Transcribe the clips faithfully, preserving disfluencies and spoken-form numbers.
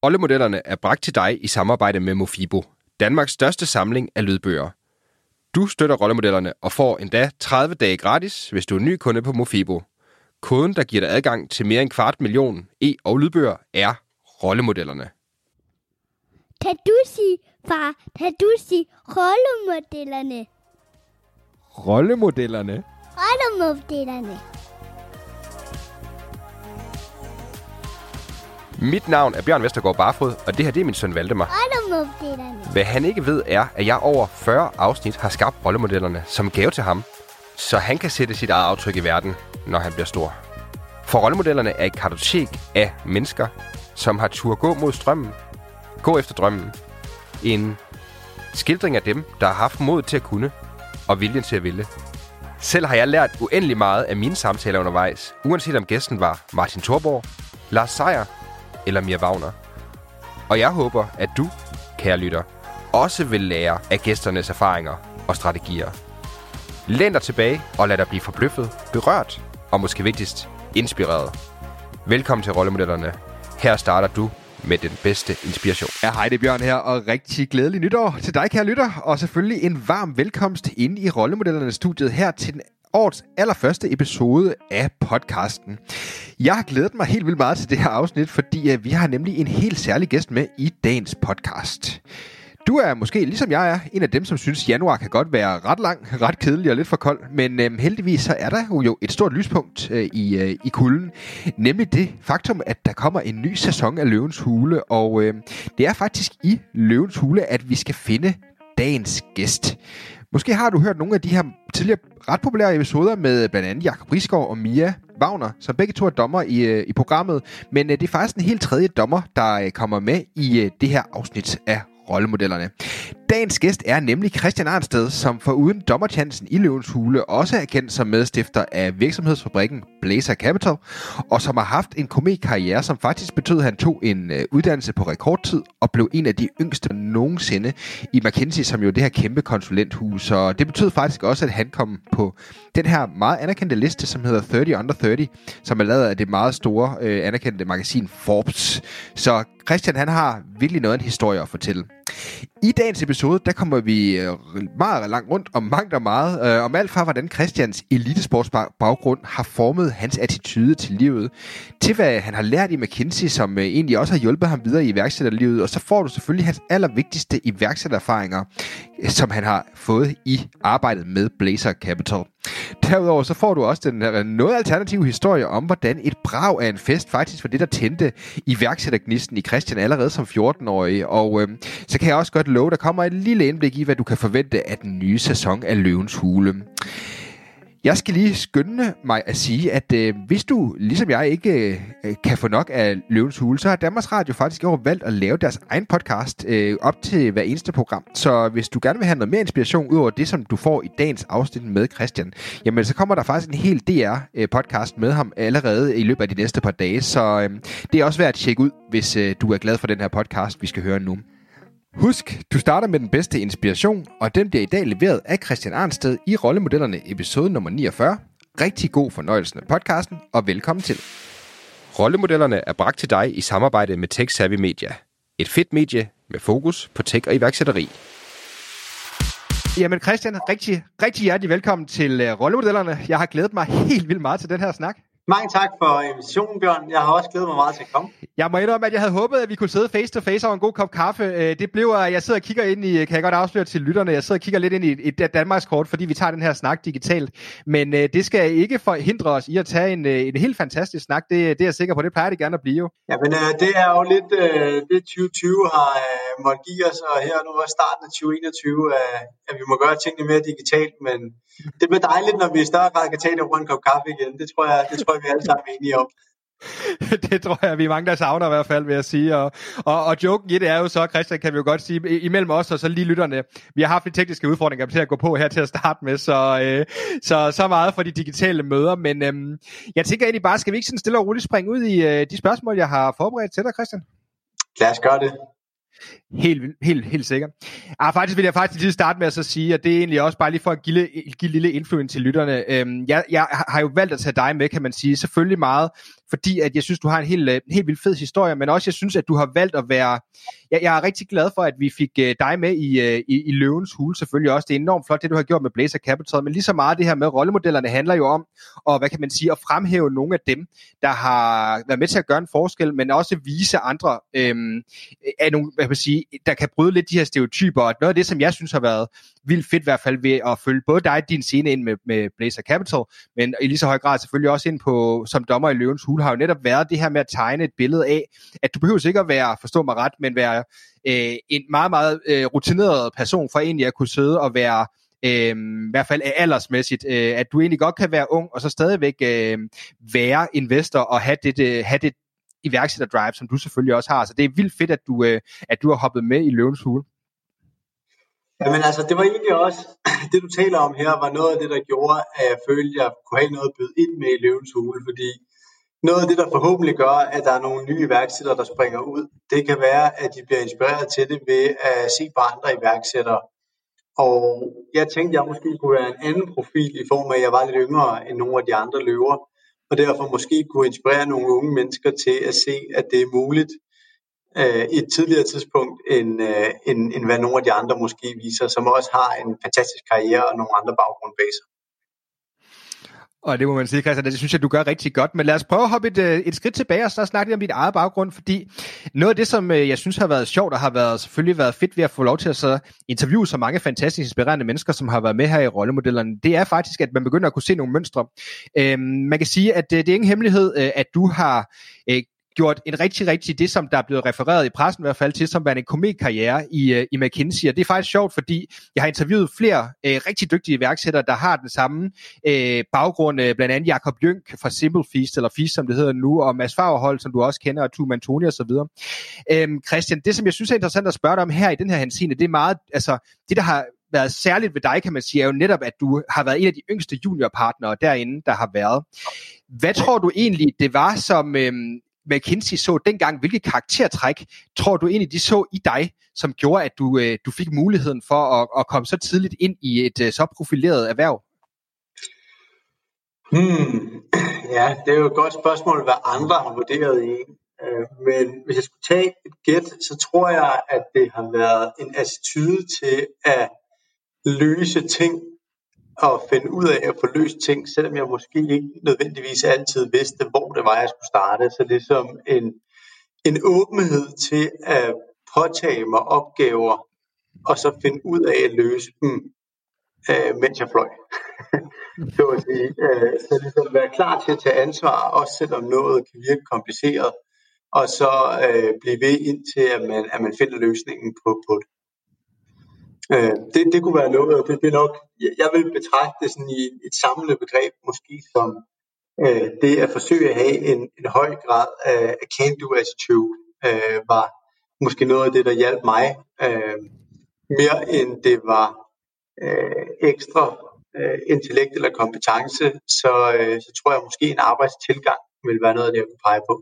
Rollemodellerne er bragt til dig i samarbejde med Mofibo, Danmarks største samling af lydbøger. Du støtter rollemodellerne og får endda tredive dage gratis, hvis du er ny kunde på Mofibo. Koden, der giver dig adgang til mere end kvart million e- og lydbøger, er rollemodellerne. Kan du sige, far, kan du sige rollemodellerne? Rollemodellerne? Rollemodellerne. Mit navn er Bjørn Vestergaard Barfod, og det her det er min søn Valdemar. Rollemodellerne. Hvad han ikke ved er, at jeg over fyrre afsnit har skabt rollemodellerne som gave til ham, så han kan sætte sit eget aftryk i verden, når han bliver stor. For rollemodellerne er et kartotek af mennesker, som har tur gå mod strømmen, gå efter drømmen. En skildring af dem, der har haft mod til at kunne og viljen til at ville. Selv har jeg lært uendelig meget af mine samtaler undervejs, uanset om gæsten var Martin Thorborg, Lars Seier eller Mia Wagner. Og jeg håber, at du, kære lytter, også vil lære af gæsternes erfaringer og strategier. Læn dig tilbage og lad dig blive forbløffet, berørt og måske vigtigst, inspireret. Velkommen til Rollemodellerne. Her starter du med den bedste inspiration. Ja, hej, det er Bjørn her, og rigtig glædelig nytår til dig, kære lytter. Og selvfølgelig en varm velkomst ind i Rollemodellernes studiet her til den årets allerførste episode af podcasten. Jeg har glædet mig helt vildt meget til det her afsnit, fordi uh, vi har nemlig en helt særlig gæst med i dagens podcast. Du er måske, ligesom jeg er, en af dem, som synes, januar kan godt være ret lang, ret kedelig og lidt for kold. Men øhm, heldigvis så er der jo et stort lyspunkt øh, i, øh, i kulden. Nemlig det faktum, at der kommer en ny sæson af Løvens Hule. Og øh, det er faktisk i Løvens Hule, at vi skal finde dagens gæst. Måske har du hørt nogle af de her tidligere ret populære episoder med blandt andet Jakob Risgaard og Mia Wagner, som begge to er dommer i, i programmet. Men øh, det er faktisk en helt tredje dommer, der øh, kommer med i øh, det her afsnit af Rollemodellerne. Dagens gæst er nemlig Christian Arnsted, som foruden dommerchancen i Løvens Hule også er kendt som medstifter af virksomhedsfabrikken Blazer Capital, og som har haft en komikarriere, som faktisk betød, at han tog en øh, uddannelse på rekordtid og blev en af de yngste nogensinde i McKinsey, som jo det her kæmpe konsulenthus. Og det betød faktisk også, at han kom på den her meget anerkendte liste, som hedder tredive under tredive, som er lavet af det meget store øh, anerkendte magasin Forbes. Så Christian, han har virkelig noget af en historie at fortælle. I dagens episode, der kommer vi meget langt rundt om mangt og meget, øh, om alt fra hvordan Christians elitesportsbaggrund har formet hans attitude til livet, til hvad han har lært i McKinsey, som øh, egentlig også har hjulpet ham videre i iværksætterlivet, og så får du selvfølgelig hans allervigtigste iværksættererfaringer, som han har fået i arbejdet med Blazer Capital. Derudover så får du også den her noget alternative historie om, hvordan et brag af en fest faktisk var det, der tændte iværksættergnisten i Christian allerede som fjorten-årig. Og øh, så kan jeg også godt love, der kommer et lille indblik i, hvad du kan forvente af den nye sæson af Løvens Hule. Jeg skal lige skynde mig at sige, at øh, hvis du, ligesom jeg, ikke øh, kan få nok af Løvens Hule, så har Danmarks Radio faktisk i år valgt at lave deres egen podcast øh, op til hver eneste program. Så hvis du gerne vil have noget mere inspiration ud over det, som du får i dagens afsnit med Christian, jamen så kommer der faktisk en hel D R-podcast med ham allerede i løbet af de næste par dage. Så øh, det er også værd at tjekke ud, hvis øh, du er glad for den her podcast, vi skal høre nu. Husk, du starter med den bedste inspiration, og den bliver i dag leveret af Christian Arnsted i Rollemodellerne episode nummer niogfyrre. Rigtig god fornøjelse med podcasten, og velkommen til. Rollemodellerne er bragt til dig i samarbejde med Tech Savvy Media. Et fedt medie med fokus på tech og iværksætteri. Jamen Christian, rigtig, rigtig hjertelig velkommen til uh, Rollemodellerne. Jeg har glædet mig helt vildt meget til den her snak. Mange tak for invitationen, Bjørn. Jeg har også glædet mig meget til at komme. Jeg må indrømme, at jeg havde håbet, at vi kunne sidde face to face over en god kop kaffe. Det blev, at jeg sidder og kigger ind i, kan jeg godt afsløre til lytterne, jeg sidder og kigger lidt ind i et Danmarks kort, fordi vi tager den her snak digitalt. Men det skal ikke forhindre os i at tage en, en helt fantastisk snak. Det, det er jeg sikker på, det plejer det gerne at blive jo. Ja, men det er jo lidt det tyve tyve har måttet give os, og her nu er starten af tyve enogtyve, at vi må gøre tingene mere digitalt, men det bliver dejligt, når vi i større grad kan tage det rundt en kop kaffe igen. Det tror jeg, det tror jeg vi alle sammen er enige om. Det tror jeg, vi er mange, der savner i hvert fald, vil jeg sige. Og, og, og joken i det er jo så, Christian, kan vi jo godt sige, imellem os og så lige lytterne. Vi har haft lidt tekniske udfordringer til at gå på her til at starte med, så, øh, så, så meget for de digitale møder. Men øh, jeg tænker egentlig bare, skal vi ikke sådan stille og roligt springe ud i øh, de spørgsmål, jeg har forberedt til dig, Christian? Lad os gøre det. Helt, helt, helt sikkert. Ah, faktisk vil jeg faktisk lige starte med at så sige, at det er egentlig også bare lige for at give, give lille influence til lytterne. Øhm, jeg, jeg har jo valgt at tage dig med, kan man sige, selvfølgelig meget, fordi at jeg synes, du har en helt, en helt vildt fed historie, men også jeg synes, at du har valgt at være... Jeg, jeg er rigtig glad for, at vi fik uh, dig med i, uh, i, i Løvens Hule, selvfølgelig også. Det er enormt flot, det du har gjort med Blazer Capital, men lige så meget det her med rollemodellerne handler jo om, og hvad kan man sige, at fremhæve nogle af dem, der har været med til at gøre en forskel, men også vise andre, øhm, af nogle, hvad kan man sige, der kan bryde lidt de her stereotyper, og noget af det, som jeg synes har været vildt fedt i hvert fald ved at følge både dig og din scene ind med, med Blazer Capital, men i lige så høj grad selvfølgelig også ind på som dommer i Løvens Hule, har jo netop været det her med at tegne et billede af, at du behøver ikke at være, forstå mig ret, men være øh, en meget, meget øh, rutineret person for egentlig at kunne sidde og være øh, i hvert fald aldersmæssigt, øh, at du egentlig godt kan være ung, og så stadigvæk øh, være investor og have det, det, have det iværksætter-drive, som du selvfølgelig også har. Så det er vildt fedt, at du, øh, at du har hoppet med i Løvens Hule. Jamen altså, det var egentlig også, det du taler om her, var noget af det, der gjorde, at jeg følte, at jeg kunne have noget at byde ind med i Løvens Hule, fordi noget af det, der forhåbentlig gør, at der er nogle nye iværksættere, der springer ud, det kan være, at de bliver inspireret til det ved at se på andre iværksættere. Og jeg tænkte, at jeg måske kunne være en anden profil i form af, at jeg var lidt yngre end nogle af de andre løver, og derfor måske kunne inspirere nogle unge mennesker til at se, at det er muligt øh, i et tidligere tidspunkt, end, øh, end, end hvad nogle af de andre måske viser, som også har en fantastisk karriere og nogle andre baggrunde bag sig. Og det må man sige, Christian, det synes jeg, du gør rigtig godt. Men lad os prøve at hoppe et, et skridt tilbage og så snakke lidt om dit eget baggrund, fordi noget af det, som jeg synes har været sjovt og har været, selvfølgelig været fedt ved at få lov til at så interviewe så mange fantastisk inspirerende mennesker, som har været med her i rollemodellerne, det er faktisk, at man begynder at kunne se nogle mønstre. Øhm, man kan sige, at det er ingen hemmelighed, at du har øh, gjort en rigtig, rigtig, det som der er blevet refereret i pressen i hvert fald til, som var en kometkarriere i, i McKinsey, og det er faktisk sjovt, fordi jeg har interviewet flere øh, rigtig dygtige iværksættere, der har den samme øh, baggrund, øh, blandt andet Jakob Jønk fra Simple Feast, eller Feast, som det hedder nu, og Mads Fagerholt, som du også kender, og Tuman Toni og så videre. Øhm, Christian, det som jeg synes er interessant at spørge dig om her i den her henseende, det er meget, altså, det der har været særligt ved dig, kan man sige, er jo netop, at du har været en af de yngste juniorpartnere derinde, der har været. Hvad tror du egentlig, det var, som øhm, McKinsey så dengang, hvilke karaktertræk tror du egentlig, de så i dig, som gjorde, at du, øh, du fik muligheden for at, at komme så tidligt ind i et øh, så profileret erhverv? Hmm. Ja, det er jo et godt spørgsmål, hvad andre har vurderet i. Øh, men hvis jeg skulle tage et gæt, så tror jeg, at det har været en attitude til at løse ting og finde ud af at få løst ting, selvom jeg måske ikke nødvendigvis altid vidste, hvor det var, jeg skulle starte. Så det er som en, en åbenhed til at påtage mig opgaver, og så finde ud af at løse dem, øh, mens jeg fløj. Så at sige, øh, så ligesom være klar til at tage ansvar, også selvom noget kan virke kompliceret, og så øh, blive ved indtil, at man, at man finder løsningen på, på det. Øh, det. Det kunne være noget, og det, det er nok, jeg vil betragte det sådan i et samlet begreb, måske som øh, det at forsøge at have en, en høj grad af, af can-do attitude, øh, var måske noget af det, der hjalp mig, øh, mere end det var øh, ekstra øh, intellekt eller kompetence, så, øh, så tror jeg måske en arbejdstilgang vil være noget af det, jeg kunne pege på.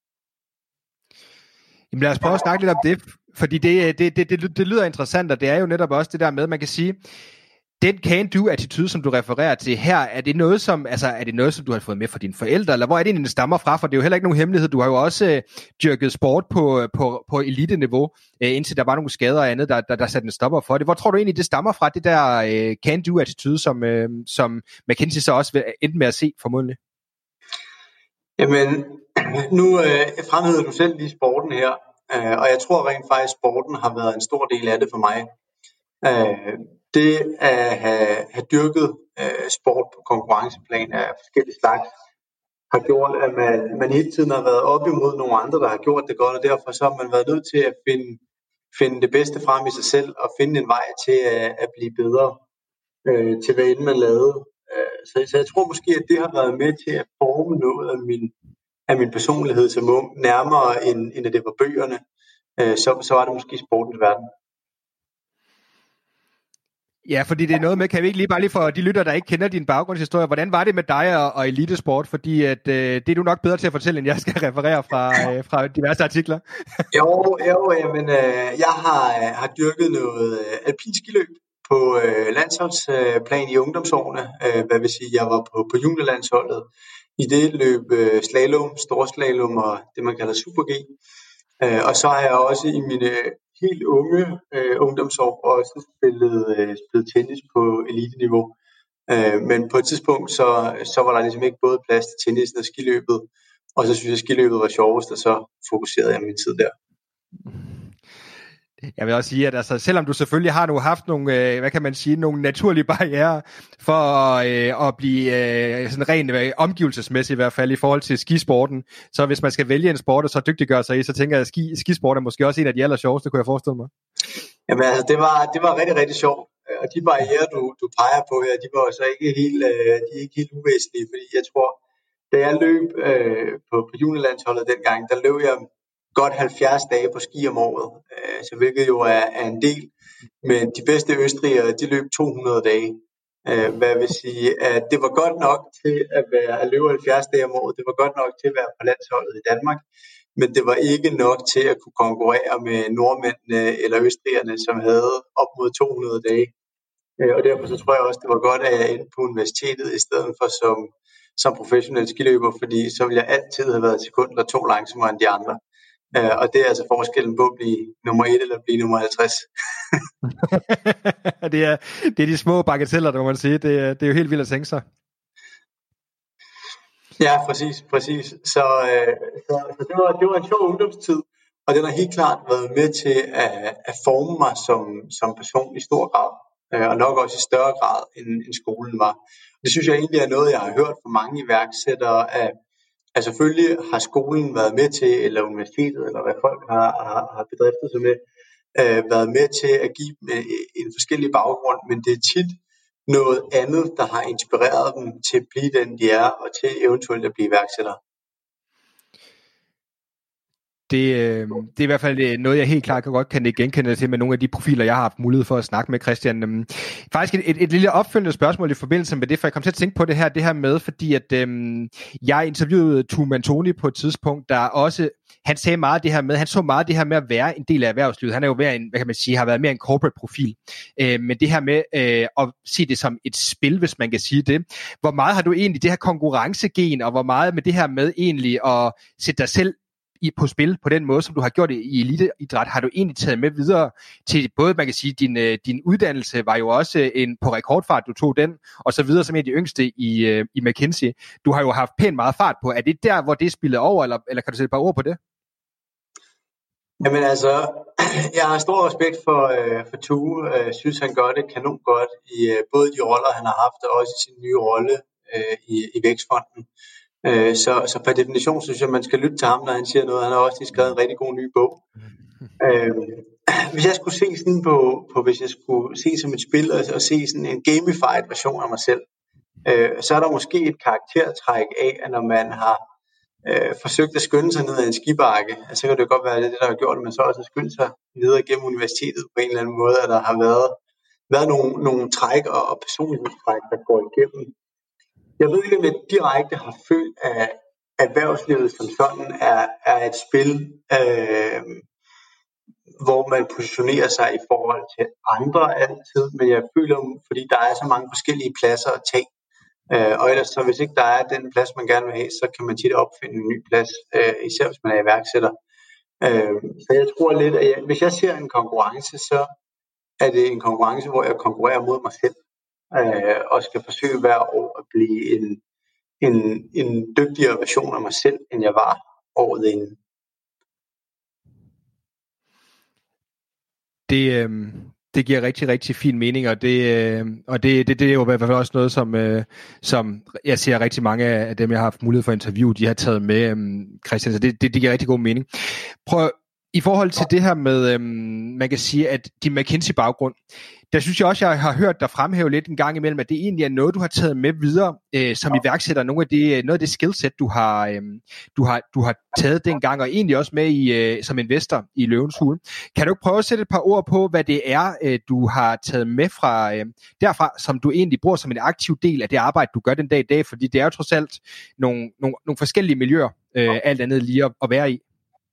Jamen lad os prøve at snakke lidt om det, fordi det, det, det, det, det lyder interessant, og det er jo netop også det der med, man kan sige, den can-do-attitude, som du refererer til her, er det noget, som, altså, er det noget, som du har fået med fra dine forældre, eller hvor er det egentlig, den stammer fra? For det er jo heller ikke nogen hemmelighed. Du har jo også øh, dyrket sport på, på, på elite-niveau, øh, indtil der var nogle skader og andet, der, der, der satte en stopper for det. Hvor tror du egentlig, det stammer fra, det der øh, can-do-attitude, som, øh, som McKinsey så også vil ende med at se, formodentlig? Jamen, nu øh, fremhævede du selv lige sporten her, øh, og jeg tror rent faktisk, at sporten har været en stor del af det for mig. Øh, det at have, have dyrket øh, sport på konkurrenceplan af forskellige slags, har gjort, at man, man hele tiden har været op imod nogle andre, der har gjort det godt, og derfor så har man været nødt til at finde, finde det bedste frem i sig selv, og finde en vej til at, at blive bedre øh, til hvad end man lavede. Øh, så, så jeg tror måske, at det har været med til at forme noget af min, af min personlighed som ung, nærmere end, end at det var bøgerne. Øh, så, så var det måske sportens verden. Ja, fordi det er noget med, kan vi ikke lige bare lige for de lytter, der ikke kender din baggrundshistorie, hvordan var det med dig og, og elitesport? Fordi at, øh, det er du nok bedre til at fortælle, end jeg skal referere fra, øh, fra diverse artikler. jo, jo, jamen, øh, jeg har, har dyrket noget øh, alpin skiløb på øh, landsholdsplan øh, i ungdomsårene. Øh, hvad vil sige, jeg var på, på juniorlandsholdet. I det løb øh, slalom, storslalom og det, man kalder Super G. Øh, og så har jeg også i mine helt unge øh, ungdomsår også spillet, øh, spillet tennis på eliteniveau. Øh, men på et tidspunkt, så, så var der ligesom ikke både plads til tennisen og skiløbet. Og så synes jeg, at skiløbet var sjovest, og så fokuserede jeg min tid der. Jeg vil også sige, at altså, selvom du selvfølgelig har nu haft nogle, øh, hvad kan man sige, nogle naturlige barrierer for øh, at blive øh, sådan rent øh, omgivelsesmæssigt i hvert fald i forhold til skisporten, så hvis man skal vælge en sport og så dygtiggøre sig i, så tænker jeg, at ski, skisport er måske også en af de aller sjoveste, kunne jeg forestille mig. Jamen altså, det var, det var rigtig, rigtig sjovt. Og de barrierer, du, du peger på her, de var jo så ikke helt, øh, de er ikke helt uvæsentlige, fordi jeg tror, da jeg løb øh, på, på juniorlandsholdet dengang, der løb jeg godt halvfjerds dage på ski om året, øh, så hvilket jo er, er en del. Men de bedste østrigere, de løb to hundrede dage. Øh, hvad vil sige, at det var godt nok til at, være, at løbe halvfjerds dage om året. Det var godt nok til at være på landsholdet i Danmark. Men det var ikke nok til at kunne konkurrere med nordmændene eller østrigerne, som havde op mod to hundrede dage. Øh, og derfor så tror jeg også, det var godt, at jeg endte på universitetet i stedet for som, som professionel skiløber, fordi så ville jeg altid have været et sekund eller to langsommere end de andre. Uh, og det er altså forskellen på at blive nummer et eller at blive nummer halvtreds. det, er, det er de små bagateller, der må man sige. Det, det er jo helt vildt at tænke sig. Ja, præcis. præcis. Så, uh, så, så det, var, det var en sjov ungdomstid, og den har helt klart været med til at, at forme mig som, som person i stor grad, uh, og nok også i større grad, end, end skolen var. Det synes jeg egentlig er noget, jeg har hørt fra mange iværksættere, at Altså selvfølgelig har skolen været med til, eller universitetet, eller hvad folk har, har, har bedriftet sig med, øh, været med til at give dem en forskellig baggrund, men det er tit noget andet, der har inspireret dem til at blive den, de er, og til eventuelt at blive iværksættere. Det, øh, det er i hvert fald noget, jeg helt klart kan godt kan genkende til med nogle af de profiler, jeg har haft mulighed for at snakke med, Christian. Faktisk et, et, et lille opfølgende spørgsmål i forbindelse med det, for jeg kom til at tænke på det her, det her med, fordi at øh, jeg interviewede Tue Antoni på et tidspunkt, der også, han sagde meget det her med, han så meget det her med at være en del af erhvervslivet. Han er jo været en, hvad kan man sige, har været mere en corporate profil. Øh, men det her med øh, at se det som et spil, hvis man kan sige det. Hvor meget har du egentlig det her konkurrencegen, og hvor meget med det her med egentlig at sætte dig selv i, på spil på den måde, som du har gjort i eliteidræt, har du egentlig taget med videre til både, man kan sige, din, din uddannelse var jo også en på rekordfart, du tog den, og så videre som en af de yngste i, i McKinsey. Du har jo haft pænt meget fart på. Er det der, hvor det spillede over, eller, eller kan du sætte et par ord på det? Jamen altså, jeg har stor respekt for, øh, for Tue. Jeg synes, han gør det kanon godt i øh, både de roller, han har haft, og også i sin nye rolle øh, i, i Vækstfonden. Så, så per definition synes jeg, at man skal lytte til ham, når han siger noget. Han har også skrevet en rigtig god ny bog. Øh, hvis jeg skulle se sådan på, på, hvis jeg skulle se som et spil og, og se sådan en gamified version af mig selv, øh, så er der måske et karaktertræk af, at når man har øh, forsøgt at skynde sig ned ad en skibakke, så kan det godt være, at det er det, der har gjort, at man så også har skyndt sig videre gennem universitetet på en eller anden måde, at der har været, været nogle, nogle træk og, og personlighedstræk, der går igennem. Jeg ved ikke, om jeg direkte har følt, at erhvervslivet som sådan er, er et spil, øh, hvor man positionerer sig i forhold til andre altid, men jeg føler, fordi der er så mange forskellige pladser at tage, øh, og ellers så hvis ikke der er den plads, man gerne vil have, så kan man tit opfinde en ny plads, øh, især hvis man er iværksætter. Øh, så jeg tror lidt, at jeg, hvis jeg ser en konkurrence, så er det en konkurrence, hvor jeg konkurrerer mod mig selv. Øh, og skal forsøge hver år at blive en, en, en dygtigere version af mig selv, end jeg var året inden. Det, øh, det giver rigtig, rigtig fin mening, og det, øh, og det, det, det er jo i hvert fald også noget, som, øh, som jeg ser rigtig mange af dem, jeg har haft mulighed for at interviewe, de har taget med, øh, Christian, så det, det, det giver rigtig god mening. Prøv i forhold til det her med, øhm, man kan sige, at din McKinsey-baggrund, der synes jeg også, jeg har hørt dig fremhæve lidt en gang imellem, at det egentlig er noget, du har taget med videre, øh, som iværksætter, nogle af det, noget af det skillset, du har, øh, du har, du har taget dengang, og egentlig også med i, øh, som investor i Løvens Hule. Kan du ikke prøve at sætte et par ord på, hvad det er, øh, du har taget med fra øh, derfra, som du egentlig bruger som en aktiv del af det arbejde, du gør den dag i dag, fordi det er jo trods alt nogle, nogle, nogle forskellige miljøer, øh, alt andet lige at, at være i.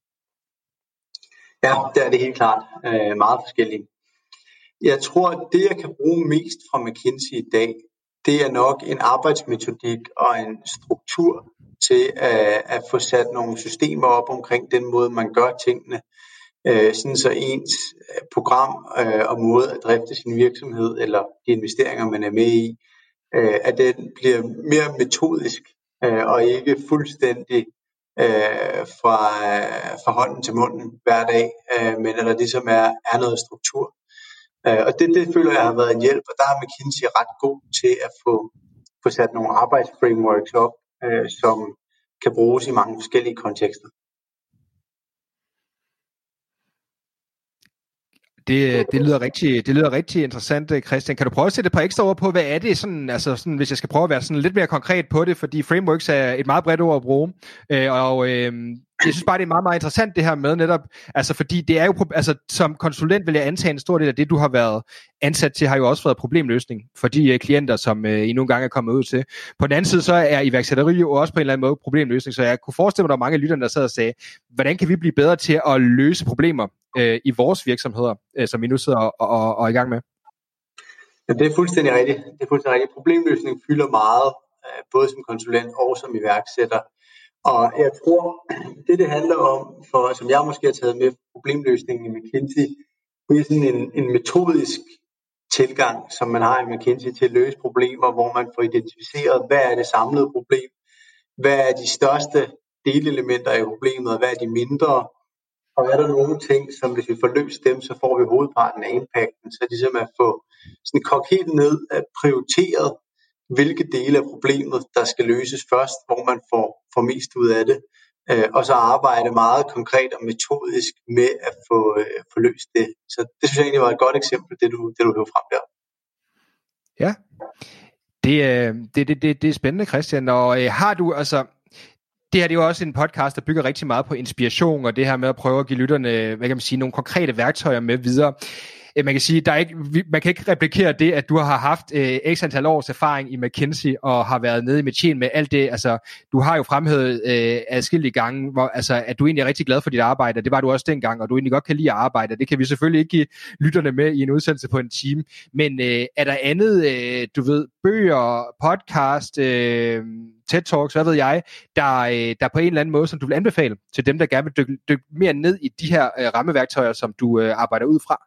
Ja, det er det helt klart. Øh, meget forskelligt. Jeg tror, at det, jeg kan bruge mest fra McKinsey i dag, det er nok en arbejdsmetodik og en struktur til at, at få sat nogle systemer op omkring den måde, man gør tingene, øh, sådan så ens program øh, og måde at drifte sin virksomhed eller de investeringer, man er med i, øh, at den bliver mere metodisk øh, og ikke fuldstændig øh, fra, fra hånden til munden hver dag, øh, men at der ligesom er, er noget struktur. Øh, og det, det føler jeg har været en hjælp, og der er McKinsey ret god til at få, få sat nogle arbejdsframeworks op, øh, som kan bruges i mange forskellige kontekster. Det, det, lyder rigtig, det lyder rigtig interessant, Christian. Kan du prøve at sætte et par ekstra ord på, hvad er det sådan, altså sådan, hvis jeg skal prøve at være sådan lidt mere konkret på det, fordi frameworks er et meget bredt ord at bruge, øh, og øh, jeg synes bare, det er meget, meget interessant det her med netop, altså fordi det er jo, altså som konsulent vil jeg antage en stor del af det, du har været ansat til, har jo også været problemløsning for de uh, klienter, som uh, I nogle gange er kommet ud til. På den anden side, så er iværksætteri jo også på en eller anden måde problemløsning, så jeg kunne forestille mig, at der var mange af lytterne, der sad og sagde, hvordan kan vi blive bedre til at løse problemer uh, i vores virksomheder, uh, som vi nu sidder og, og, og er i gang med? Ja, det er fuldstændig rigtigt. Det er fuldstændig rigtigt. Problemløsning fylder meget, uh, både som konsulent og som iværksætter. Og jeg tror, det det handler om, for, som jeg måske har taget med problemløsningen i McKinsey, det er sådan en, en metodisk tilgang, som man har i McKinsey til at løse problemer, hvor man får identificeret, hvad er det samlede problem, hvad er de største delelementer i problemet, og hvad er de mindre, og er der nogle ting, som hvis vi får løst dem, så får vi hovedparten af impacten, så ligesom at få sådan kogt helt ned, at prioriteret, hvilke dele af problemet, der skal løses først, hvor man får, får mest ud af det, øh, og så arbejde meget konkret og metodisk med at få, øh, få løst det. Så det synes jeg egentlig var et godt eksempel, det du, det du hører frem der. Ja, det, det, det, det, det er spændende, Christian, og øh, har du altså... Det her det er jo også en podcast, der bygger rigtig meget på inspiration, og det her med at prøve at give lytterne, hvad kan man sige, nogle konkrete værktøjer med videre. Man kan sige, der er ikke, man kan ikke replikere det, at du har haft øh, x antal års erfaring i McKinsey og har været nede i metier med alt det. Altså, du har jo fremhævet øh, adskillige gange, hvor, altså, at du egentlig er rigtig glad for dit arbejde, og det var du også dengang, og du egentlig godt kan lide at arbejde. Det kan vi selvfølgelig ikke give lytterne med i en udsendelse på en time. Men øh, er der andet, øh, du ved, bøger, podcast, øh, TED Talks, hvad ved jeg, der, øh, der på en eller anden måde, som du vil anbefale til dem, der gerne vil dykke, dykke mere ned i de her øh, rammeværktøjer, som du øh, arbejder ud fra?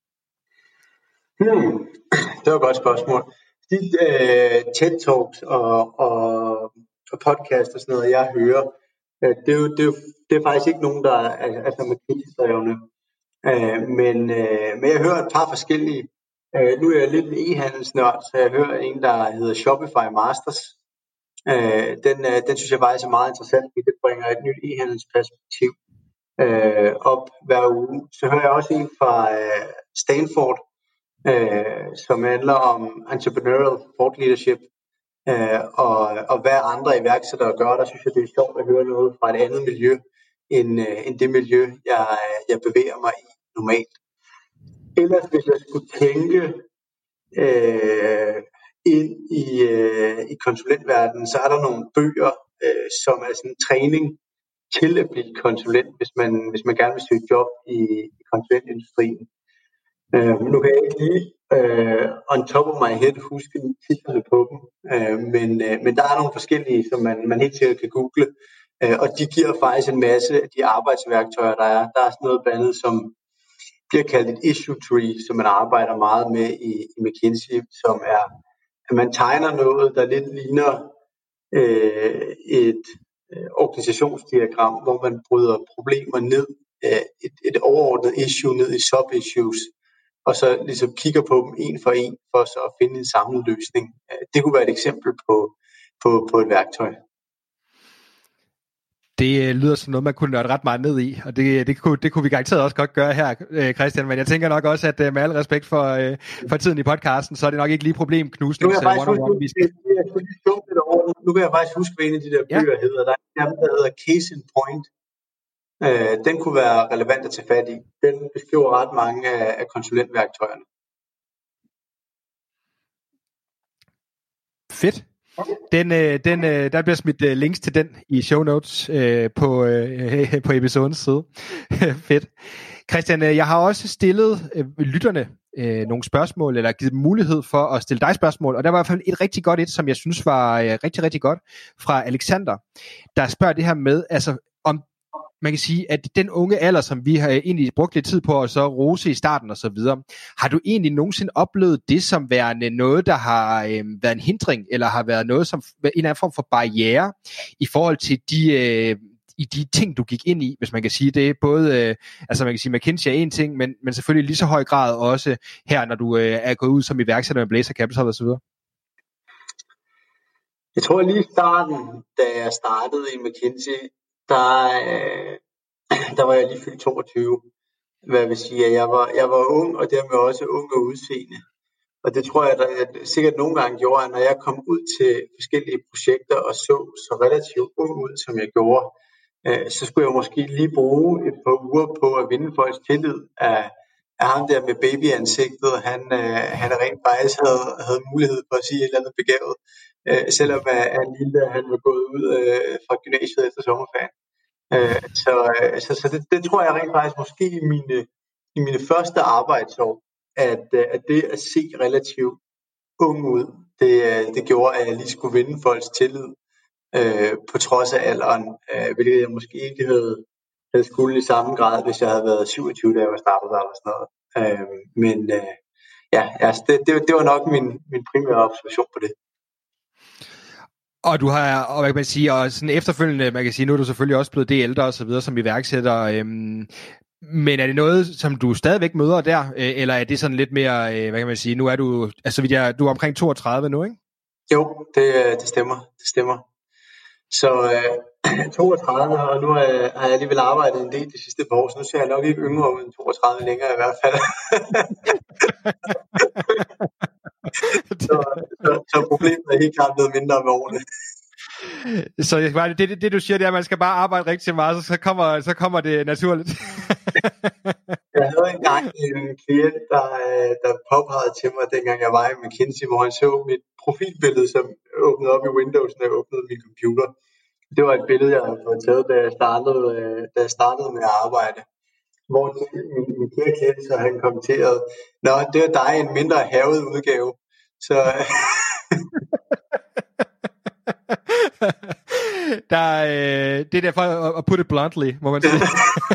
Hmm. Det var et godt spørgsmål. De uh, TED Talks og, og, og podcast og sådan noget, jeg hører, uh, det, er jo, det, er jo, det er faktisk ikke nogen, der er, er McKinsey-drevne. Uh, men, uh, men jeg hører et par forskellige. Uh, nu er jeg lidt en e-handelsnørd, så jeg hører en, der hedder Shopify Masters. Uh, den, uh, den synes jeg faktisk er meget interessant, fordi det bringer et nyt e-handelsperspektiv uh, op hver uge. Så hører jeg også en fra uh, Stanford, Øh, som handler om entrepreneurial thought leadership øh, og, og hvad andre iværksættere gør. Der synes jeg, det er sjovt at høre noget fra et andet miljø, end, øh, end det miljø, jeg, jeg bevæger mig i normalt. Ellers hvis jeg skulle tænke øh, ind i, øh, i konsulentverdenen, så er der nogle bøger, øh, som er sådan en træning til at blive konsulent, hvis man, hvis man gerne vil søge job i, i konsulentindustrien. Uh, nu kan jeg ikke lige uh, on top of my head huske titlerne på dem, uh, men, uh, men der er nogle forskellige, som man, man helt sikkert kan google, uh, og de giver faktisk en masse af de arbejdsværktøjer, der er. Der er sådan noget blandt andet, som bliver kaldt et issue tree, som man arbejder meget med i, i McKinsey, som er, at man tegner noget, der lidt ligner uh, et uh, organisationsdiagram, hvor man bryder problemer ned, uh, et, et overordnet issue ned i sub-issues, og så ligesom kigger på dem en for en, for så at finde en samlet løsning. Det kunne være et eksempel på, på, på et værktøj. Det lyder som noget, man kunne nørde ret meget ned i, og det, det, kunne, det kunne vi garanteret også godt gøre her, Christian, men jeg tænker nok også, at med al respekt for, for tiden i podcasten, så er det nok ikke lige problemknusning. Nu kan jeg faktisk huske, vi skal... nu kan jeg faktisk huske, hvad en af de der bøger ja. hedder. Der er en, der hedder Case in Point. Øh, den kunne være relevant at tage fat i. Den beskriver ret mange af, af konsulentværktøjerne. Fedt. Den, den, der bliver smidt links til den i show notes øh, på, øh, på episodens side. Fedt. Christian, jeg har også stillet øh, lytterne øh, nogle spørgsmål, eller givet dem mulighed for at stille dig spørgsmål, og der var i hvert fald et rigtig godt et, som jeg synes var øh, rigtig, rigtig godt, fra Alexander, der spørger det her med, altså om man kan sige, at den unge alder, som vi har egentlig brugt lidt tid på at så rose i starten og så videre, har du egentlig nogensinde oplevet det som værende noget, der har øh, været en hindring, eller har været noget som en eller anden form for barriere i forhold til de, øh, i de ting, du gik ind i, hvis man kan sige det. Både, øh, altså man kan sige, McKinsey er en ting, men, men selvfølgelig lige så høj grad også her, når du øh, er gået ud som iværksætter med Blazer Capital og så videre. Jeg tror lige i starten, da jeg startede i McKinsey, der, øh, der var jeg lige fyldt toogtyve. Hvad jeg vil sige, at jeg var, jeg var ung, og dermed også ung og udseende. Og det tror jeg, at jeg sikkert nogle gange gjorde, at når jeg kom ud til forskellige projekter og så så relativt ung ud, som jeg gjorde, øh, så skulle jeg måske lige bruge et par uger på at vinde folks tillid af, af ham der med babyansigtet. Han, øh, han rent faktisk havde, havde mulighed for at sige et eller andet begavet, øh, selvom han lille, han var gået ud øh, fra gymnasiet efter sommerferien. Øh, så så, så det, det tror jeg rent faktisk måske i mine, i mine første arbejdsår, at, at det at se relativt ung ud, det, det gjorde, at jeg lige skulle vinde folks tillid øh, på trods af alderen, øh, hvilket jeg måske ikke havde, havde skulle i samme grad, hvis jeg havde været syvogtyve, da jeg var startet eller sådan noget. Øh, men øh, ja, altså det, det, det var nok min, min primære observation på det. Og du har, og man kan sige, og sådan efterfølgende, man kan sige, nu er du selvfølgelig også blevet det ældre og så videre, som iværksætter. Øhm, men er det noget, som du stadigvæk møder der, øh, eller er det sådan lidt mere, øh, hvad kan man sige, nu er du, altså jeg, du er omkring toogtredive nu, ikke? Jo, det, det stemmer, det stemmer. Så øh, toogtredive, og nu er, har jeg alligevel arbejdet en del de sidste par år, så nu ser jeg nok ikke yngre ud end toogtredive længere i hvert fald. så, så, så problemet er helt klart blevet mindre med årene. Så det, det, det du siger, det er, at man skal bare arbejde rigtig meget, så kommer, så kommer det naturligt. Jeg havde engang en klient, der, der påpegede til mig, dengang jeg var i McKinsey, hvor han så mit profilbillede, som åbnede op i Windows, når jeg åbnede min computer. Det var et billede, jeg havde fået taget, da jeg startede, da jeg startede med at arbejde. Hvor min, min kære klient, så han kommenterede, nå, det er dig en mindre havet udgave. Så... Der, øh, det er derfor at put it bluntly, må man sige.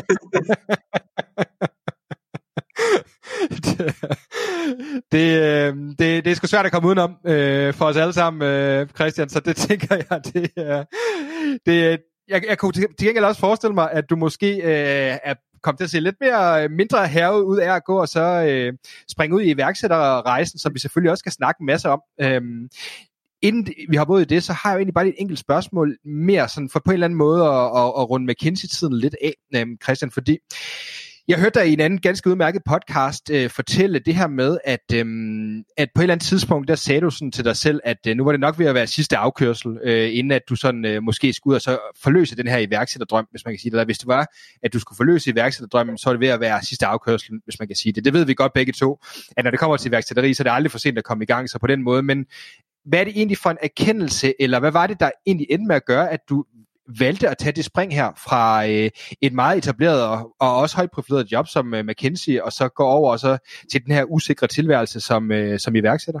det, øh, det, det er sgu svært at komme udenom øh, for os alle sammen, øh, Christian, så det tænker jeg, det er... Det, jeg, jeg kunne til gengæld også forestille mig, at du måske øh, er kom til at se lidt mere mindre herre ud af at gå og så øh, springe ud i iværksætterrejsen, som vi selvfølgelig også skal snakke en masse om. Øhm, Inden vi har både i det, så har jeg jo egentlig bare et enkelt spørgsmål mere, sådan for på en eller anden måde at, at, at runde McKinsey-tiden lidt af, Christian, fordi jeg hørte dig i en anden ganske udmærket podcast øh, fortælle det her med, at, øhm, at på et eller andet tidspunkt, der sagde du sådan til dig selv, at øh, nu var det nok ved at være sidste afkørsel, øh, inden at du sådan øh, måske skulle ud og så forløse den her iværksætterdrøm, hvis man kan sige det. Eller hvis det var, at du skulle forløse iværksætterdrømmen, så er det ved at være sidste afkørsel, hvis man kan sige det. Det ved vi godt begge to, at når det kommer til iværksætteri, så er det aldrig for sent at komme i gang, så på den måde. Men hvad er det egentlig for en erkendelse, eller hvad var det, der egentlig endte med at gøre, at du valgte at tage det spring her fra øh, et meget etableret og, og også højt profileret job som øh, McKinsey, og så gå over og så til den her usikre tilværelse som, øh, som iværksætter?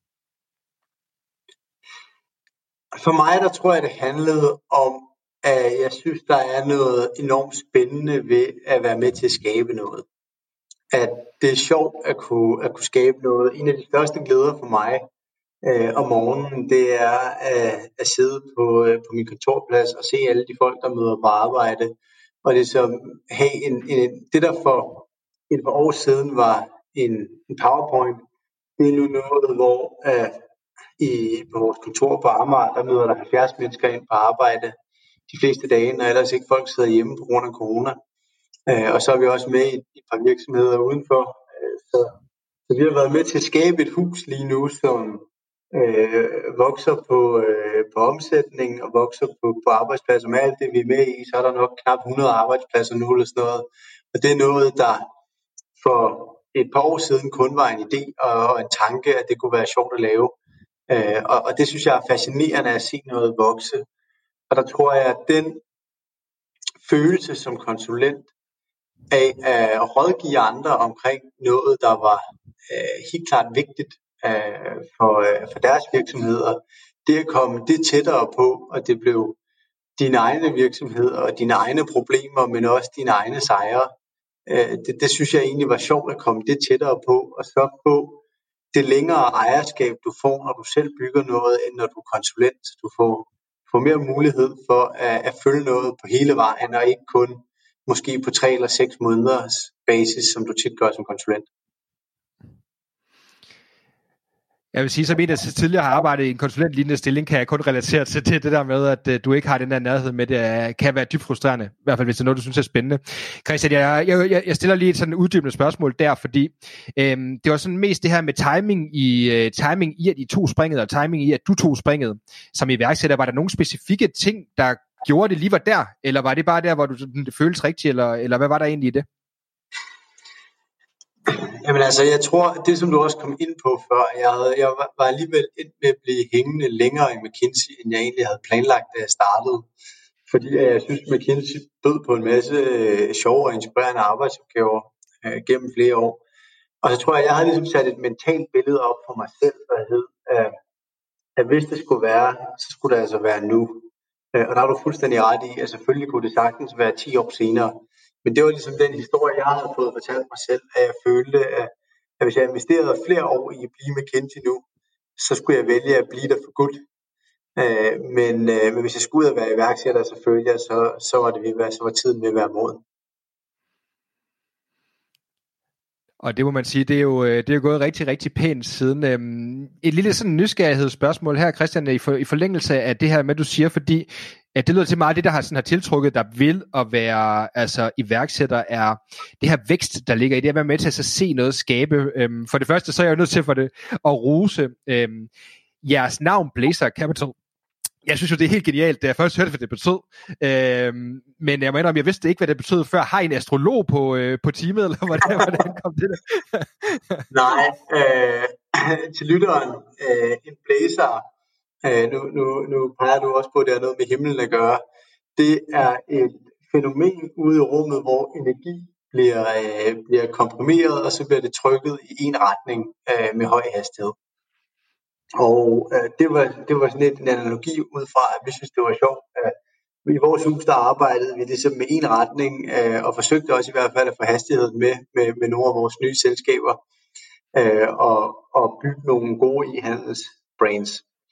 For mig, der tror jeg, det handlede om, at jeg synes, der er noget enormt spændende ved at være med til at skabe noget. At det er sjovt at kunne, at kunne skabe noget. En af de største glæder for mig øh, om morgenen, det er at, at sidde på, øh, på min kontorplads og se alle de folk, der møder på arbejde. Og det så have en, en, det, der for et par år siden var en, en PowerPoint, det er nu noget, hvor øh, i, på vores kontor på Amager, der møder der halvfjerds mennesker ind på arbejde de fleste dage, når ellers ikke folk sidder hjemme på grund af corona. Øh, og så er vi også med i et par virksomheder udenfor. Øh, så, så vi har været med til at skabe et hus lige nu, som øh, vokser på, øh, på omsætning og vokser på, på arbejdspladser. Med alt det, vi er med i, så er der nok knap hundrede arbejdspladser nu eller sådan noget. Og det er noget, der for et par år siden kun var en idé og, og en tanke, at det kunne være sjovt at lave. Øh, og, og det synes jeg er fascinerende at se noget vokse. Og der tror jeg, at den følelse som konsulent af at rådgive andre omkring noget, der var øh, helt klart vigtigt øh, for, øh, for deres virksomheder. Det at komme det tættere på, og det blev dine egne virksomheder og dine egne problemer, men også dine egne sejre. Øh, det, det synes jeg egentlig var sjovt at komme det tættere på, og så få det længere ejerskab, du får, når du selv bygger noget, end når du er konsulent. Du får, får mere mulighed for at, at følge noget på hele vejen, og ikke kun måske på tre eller seks måneders basis, som du tit gør som konsulent. Jeg vil sige, som en, der tidligere har arbejdet i en konsulentlignende stilling, kan jeg kun relatere til det, det der med, at uh, du ikke har den der nærhed med det, uh, kan være dybt frustrerende, i hvert fald hvis det er noget, du synes er spændende. Christian, jeg, jeg, jeg stiller lige et sådan uddybende spørgsmål der, fordi øhm, det var sådan mest det her med timing i, uh, timing i, at I tog springet, og timing i, at du tog springet som iværksætter. Var der nogle specifikke ting, der gjorde det lige var der, eller var det bare der, hvor du, det føltes rigtigt, eller, eller hvad var der egentlig i det? Jamen altså, jeg tror, det som du også kom ind på før, jeg, havde, jeg var alligevel ind med at blive hængende længere i McKinsey, end jeg egentlig havde planlagt, da jeg startede. Fordi jeg synes, McKinsey bød på en masse øh, sjove og inspirerende arbejdsopgaver øh, gennem flere år. Og så tror jeg, jeg havde ligesom sat et mentalt billede op for mig selv, der hed, øh, at hvis det skulle være, så skulle det altså være nu. Øh, og der har du fuldstændig ret i, at selvfølgelig kunne det sagtens være ti år senere. Men det var ligesom den historie, jeg havde fået fortalt mig selv, at jeg følte, at, at hvis jeg investerede flere år i at blive McKinsey nu, så skulle jeg vælge at blive der for godt. Øh, men, øh, men hvis jeg skulle ud og være iværksætter, så følte jeg, så, så var det ved at være, så var tiden ved at være moden. Og det må man sige, det er jo, det er jo gået rigtig, rigtig pænt siden. Et lille sådan nysgerrighedsspørgsmål her, Christian, i, for, i forlængelse af det her med, du siger, fordi at det lyder til meget, det der har, sådan, har tiltrukket dig vil at være altså, iværksætter, er det her vækst, der ligger i det at være med til at så se noget skabe. Øhm, for det første, så er jeg jo nødt til for det at rose øhm, jeres navn, Blazer Capital. Jeg synes jo, det er helt genialt, da jeg først hørte, hvad det betød. Øhm, men jeg mener, om jeg vidste ikke, hvad det betød før. Har I en astrolog på, øh, på teamet, eller hvordan, hvordan kom det der? Nej, øh, til lytteren, øh, en blazer, øh, nu, nu, nu peger du også på, at det har noget med himlen at gøre. Det er et fænomen ude i rummet, hvor energi bliver, øh, bliver komprimeret, og så bliver det trykket i en retning øh, med høj hastighed. Og øh, det, var, det var sådan lidt en analogi ud fra, at vi synes, det var sjovt. Øh, I vores hus, der arbejdede vi ligesom med en retning, øh, og forsøgte også i hvert fald at få hastigheden med, med, med nogle af vores nye selskaber, øh, og, og bygge nogle gode e-handelsbrands.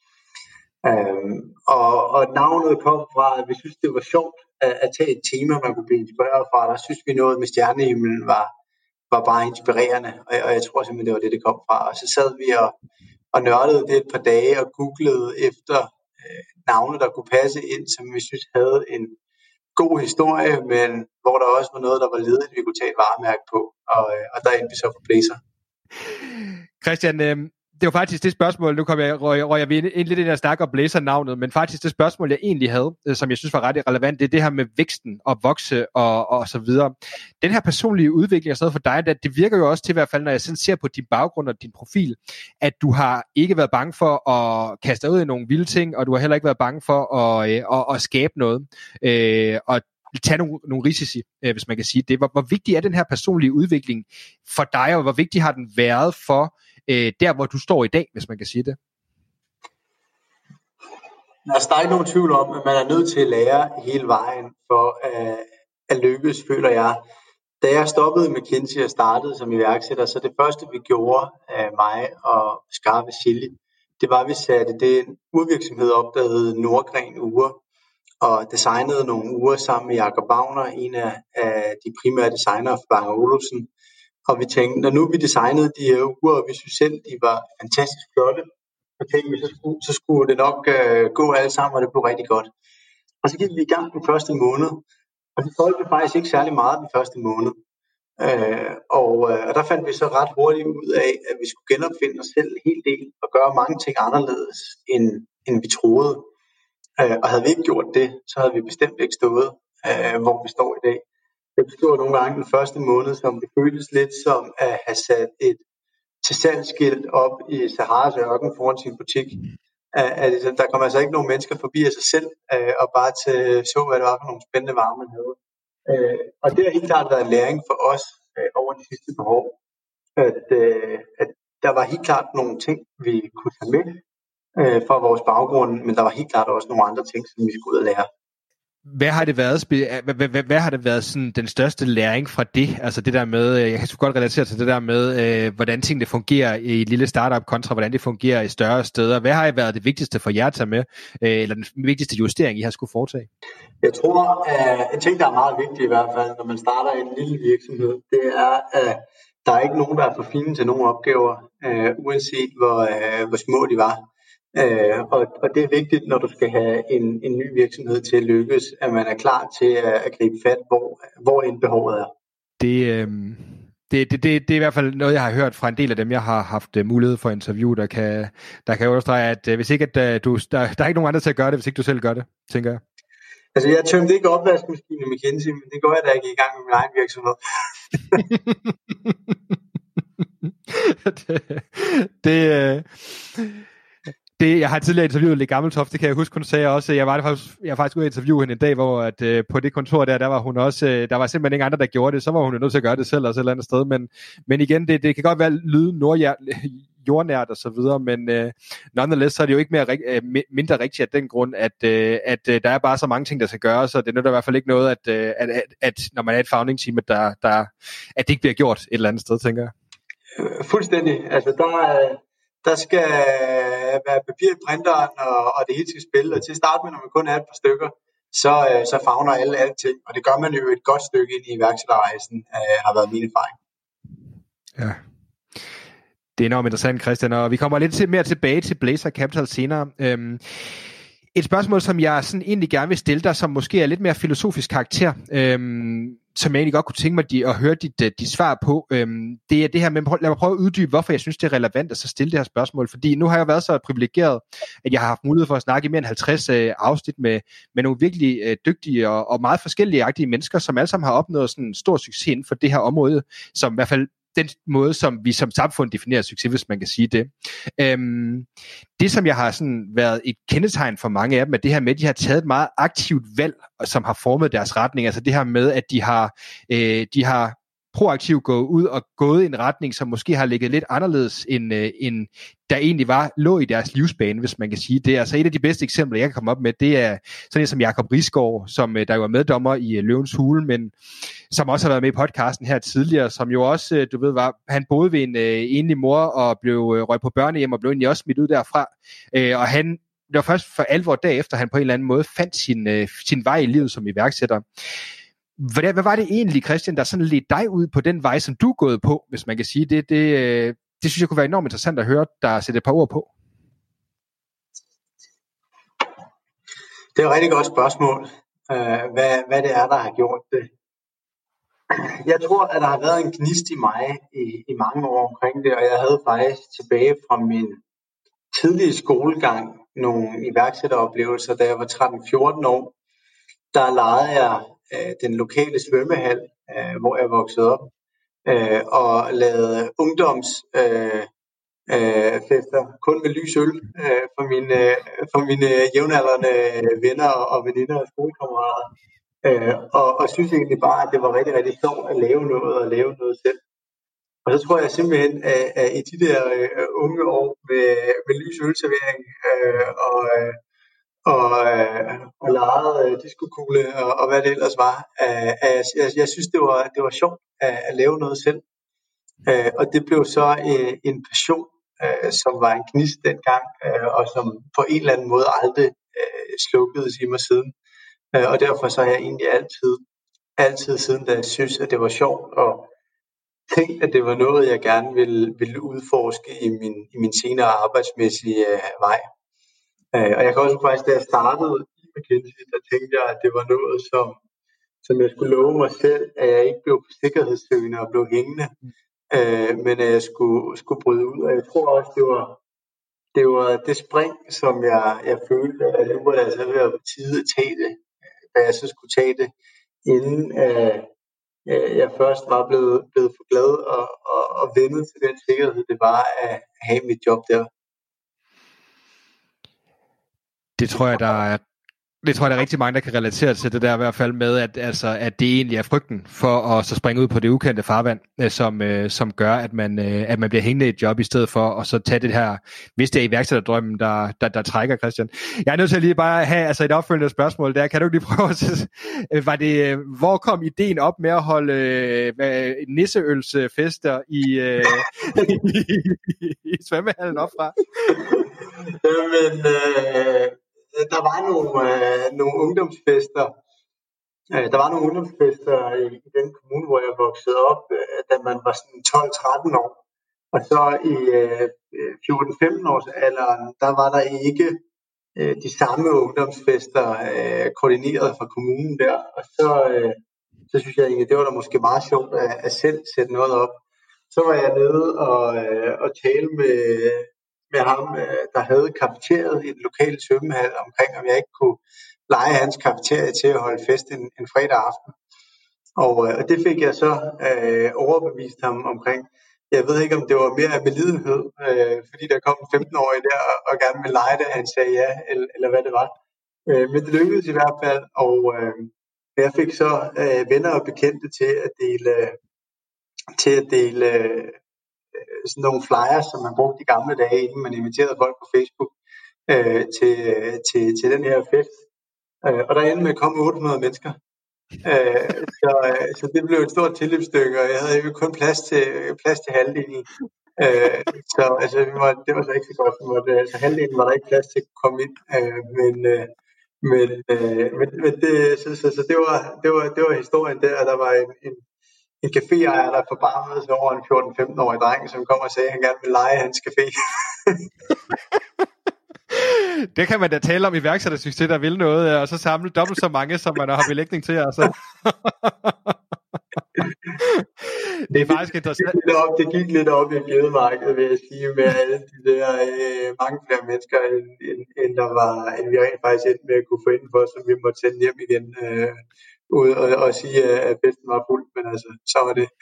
Øh, og, og navnet kom fra, at vi synes, det var sjovt at, at tage et tema, man kunne blive inspireret fra. Der synes vi noget med stjernehimlen var, var bare inspirerende, og, og jeg tror simpelthen, det var det, det kom fra. Og så sad vi og og nørdede det et par dage og googlede efter øh, navne, der kunne passe ind, som vi synes havde en god historie, men hvor der også var noget, der var ledigt, vi kunne tage et varemærke på, og, øh, og der endte vi så for Blazer. Christian, øh, det var faktisk det spørgsmål, nu kom jeg, røg, røg jeg ind, ind lidt ind og snakke om Blazer-navnet, men faktisk det spørgsmål, jeg egentlig havde, øh, som jeg synes var ret relevant, det er det her med væksten og vokse og, og så videre. Den her personlige udvikling og sådan noget for dig, det, det virker jo også til i hvert fald, når jeg sådan ser på din baggrund og din profil, at du har ikke været bange for at kaste dig ud i nogle vilde ting, og du har heller ikke været bange for at, øh, at, at skabe noget, øh, og tage nogle, nogle risici, øh, hvis man kan sige det. Hvor, hvor vigtig er den her personlige udvikling for dig, og hvor vigtig har den været for øh, der, hvor du står i dag, hvis man kan sige det? Altså, der er ikke nogen tvivl om, at man er nødt til at lære hele vejen for uh, at lykkes, føler jeg. Da jeg stoppede McKinsey og startede som iværksætter, så det første, vi gjorde, uh, mig og Skarpe Silje, det var, at vi satte den urvirksomhed op, der hed Nordgren Ure, og designede nogle uger sammen med Jakob Wagner, en af, af de primære designere for Bang og Olufsen. Og vi tænkte, når nu vi designede de her uger, og vi synes selv, de var fantastisk flotte, så tænkte vi, så skulle, så skulle det nok uh, gå alle sammen, og det blev rigtig godt. Og så gik vi i gang den første måned, og vi solgte faktisk ikke særlig meget den første måned. Uh, og, uh, og der fandt vi så ret hurtigt ud af, at vi skulle genopfinde os selv en hel del, og gøre mange ting anderledes, end, end vi troede. Uh, og havde vi ikke gjort det, så havde vi bestemt ikke stået, uh, hvor vi står i dag. Det bestod nogle gange den første måned, som det føltes lidt som at have sat et til salgsskilt op i Saharas ørken foran sin butik. Uh, der kom altså ikke nogen mennesker forbi af sig selv, uh, og bare til så, hvad det var for nogle spændende varer, man havde. Uh, og det har helt klart været en læring for os uh, over de sidste par år. at, øh, at der var helt klart nogle ting, vi kunne tage med øh, fra vores baggrund, men der var helt klart også nogle andre ting, som vi skulle ud og lære. Hvad har det været, hvad, hvad, hvad, hvad har det været sådan, den største læring fra det? Altså det der med, jeg kan så godt relatere til det der med, øh, hvordan tingene fungerer i et lille startup kontra hvordan det fungerer i større steder. Hvad har været det vigtigste for jer at tage med, øh, eller den vigtigste justering, I har skulle foretage? Jeg tror, at en ting, der er meget vigtig i hvert fald, når man starter en lille virksomhed, det er, at der er ikke nogen, der er for fine til nogle opgaver, øh, uanset hvor, øh, hvor små de var. Øh, og, og det er vigtigt, når du skal have en, en ny virksomhed til at lykkes, at man er klar til at, at gribe fat, hvor, hvor end behovet er. Det, øh, det, det, det, det er i hvert fald noget, jeg har hørt fra en del af dem, jeg har haft uh, mulighed for interview, der kan, der kan understrege, at uh, hvis ikke at, uh, du, der, der er ikke nogen andre til at gøre det, hvis ikke du selv gør det, tænker jeg. Altså, jeg tømte ikke opvaskemaskinen i McKinsey, men det går jeg da ikke i gang med min egen virksomhed. det, det, øh, det, jeg har tidligere interviewet Lee Gammeltoft, det kan jeg huske, hun sagde også. Jeg var faktisk, jeg var faktisk ude at interviewe hende en dag, hvor at, øh, på det kontor der, der var hun også, øh, der var simpelthen ingen andre, der gjorde det. Så var hun jo nødt til at gøre det selv, også et eller andet sted. Men, men igen, det, det kan godt være lyde nordhjert, jordnært og så videre, men øh, nonetheless, så er det jo ikke mere, øh, mindre rigtigt af den grund, at, øh, at øh, der er bare så mange ting, der skal gøres, så det nytter i hvert fald ikke noget, at, øh, at, at, at når man er et founding team, at, der, der, at det ikke bliver gjort et eller andet sted, tænker jeg. Fuldstændig. Altså, der, der skal være papir i printeren, og, og det hele skal spille, og til at starte med, når man kun er et par stykker, så, så favner alle alting, og det gør man jo et godt stykke ind i iværksætterrejsen, øh, har været min erfaring. Ja. Det er enormt interessant, Christian, og vi kommer lidt mere tilbage til Blazer Capital senere. Øhm, et spørgsmål, som jeg sådan egentlig gerne vil stille dig, som måske er lidt mere filosofisk karakter, øhm, som jeg egentlig godt kunne tænke mig de, at høre dit, dit svar på, øhm, det er det her med, lad mig prøve at uddybe, hvorfor jeg synes, det er relevant at så stille det her spørgsmål, fordi nu har jeg været så privilegeret, at jeg har haft mulighed for at snakke i mere end halvtreds øh, afsnit med, med nogle virkelig øh, dygtige og, og meget forskellige mennesker, som alle sammen har opnået sådan en stor succes inden for det her område, som i hvert fald den måde, som vi som samfund definerer succes, hvis man kan sige det. Øhm, det, som jeg har sådan været et kendetegn for mange af dem, er det her med, at de har taget et meget aktivt valg, som har formet deres retning. Altså det her med, at de har, øh, de har proaktivt gået ud og gået i en retning, som måske har ligget lidt anderledes, end, øh, end der egentlig var, lå i deres livsbane, hvis man kan sige det. Altså et af de bedste eksempler, jeg kan komme op med, det er sådan en som Jakob Risgaard, som øh, der jo var meddommer i øh, Løvens Hule, men som også har været med i podcasten her tidligere, som jo også, øh, du ved, var, han boede ved en øh, enlig mor og blev øh, røg på børnehjem og blev egentlig også smidt ud derfra. Øh, og han, det var først for alvor derefter, han på en eller anden måde fandt sin, øh, sin vej i livet som iværksætter. Hvad, hvad var det egentlig, Christian, der sådan ledte dig ud på den vej, som du er gået på, hvis man kan sige det? Det, øh, det synes jeg kunne være enormt interessant at høre, der sætter et par ord på. Det er et rigtig godt spørgsmål, uh, hvad, hvad det er, der har gjort det. Jeg tror, at der har været en gnist i mig i, i mange år omkring det, og jeg havde faktisk tilbage fra min tidlige skolegang nogle iværksætteroplevelser, da jeg var tretten fjorten år. Der legede jeg øh, den lokale svømmehal, øh, hvor jeg voksede op, øh, og lavede ungdoms øh, øh, fester, kun med lys øl øh, for mine, øh, for mine jævnaldrende venner og veninder og skolekammerater. Øh, og, og synes egentlig bare, at det var rigtig, rigtig sjovt at lave noget og lave noget selv. Og så tror jeg simpelthen, at, at i de der øh, unge år med, med lys ølservering øh, og, øh, og, øh, og lejet øh, diskokugle og, og hvad det ellers var, øh, at jeg, jeg synes, det var, det var sjovt at, at lave noget selv. Øh, og det blev så øh, en passion, øh, som var en gnist dengang, øh, og som på en eller anden måde aldrig øh, slukkedes i mig siden. Øh, og derfor så har jeg egentlig altid, altid siden, da jeg synes, at det var sjovt, og tænkt, at det var noget, jeg gerne ville, ville udforske i min, i min senere arbejdsmæssige øh, vej. Øh, og jeg kan også faktisk, da jeg startede i McKinsey, der tænkte jeg, at det var noget, som, som jeg skulle love mig selv, at jeg ikke blev sikkerhedssøgende og blev hængende, øh, men at jeg skulle, skulle bryde ud. Og jeg tror også, det var det, var det spring, som jeg, jeg følte, at det var altså ved at på tide at tage det, da jeg så skulle tage det, inden øh, jeg først var blevet, blevet for glad og, og, og vendet til den sikkerhed, det var at have mit job der. Det tror jeg, der er Det tror jeg, der er rigtig mange, der kan relatere til det der i hvert fald med, at, altså, at det egentlig er frygten for at så springe ud på det ukendte farvand, øh, som, øh, som gør, at man, øh, at man bliver hængende i et job i stedet for at så tage det her, hvis det er iværksætterdrømmen, der, der, der trækker, Christian. Jeg er nødt til at lige bare have altså, et opfølgende spørgsmål der. Kan du lige prøve at øh, var det, hvor kom ideen op med at holde øh, nisseølsfester i, øh, i, i svømmehallen op fra? Jamen, øh, der var nogle, øh, nogle ungdomsfester. Øh, der var nogle ungdomsfester i, i den kommune, hvor jeg voksede op, øh, da man var sådan tolv tretten år. Og så i øh, fjorten femten års alderen, der var der ikke øh, de samme ungdomsfester øh, koordineret fra kommunen der. Og så, øh, så synes jeg egentlig, det var da måske meget sjovt at, at selv sætte noget op. Så var jeg nede og, øh, og tale med... med ham, der havde kafeteriet i den lokale svømmehal omkring, om jeg ikke kunne leje hans kafeterie til at holde fest en, en fredag aften. Og, og det fik jeg så øh, overbevist ham omkring. Jeg ved ikke, om det var mere af medlidenhed, øh, fordi der kom en femten-årig der og, og gerne ville lege det, han sagde ja, eller, eller hvad det var. Øh, men det lykkedes i hvert fald, og øh, jeg fik så øh, venner og bekendte til at dele, til at dele øh, sådan nogle flyers, som man brugte i gamle dage, inden man inviterede folk på Facebook øh, til, til, til den her fest. Øh, og der endte med at komme otte hundrede mennesker. Øh, så, så det blev et stort tilløbsstykke, og jeg havde jo kun plads til, plads til halvdelen. Øh, så altså, vi var, det var så ikke så godt, måtte, altså halvdelen var der ikke plads til at komme ind. Øh, men øh, men, øh, men, men det, så, så, så det, var, det, var, det var historien der, og der var en, en en caféejer, der forbarmede sig over en fjorten femten-årig dreng, som kom og sagde, at han gerne ville leje hans café. Det kan man da tale om iværksættersucces, der vil noget, og så samle dobbelt så mange, som man har belægning til. Altså. Det er faktisk interessant. Det, det, det gik lidt op i bjødemarkedet, vil jeg sige, med alle de der øh, mange flere mennesker, end, end, end, der var, end vi rent faktisk endte med at kunne få ind for, som vi måtte sende hjem igen. Øh, ud og, og sige, at festen var fuld, men altså, så var det.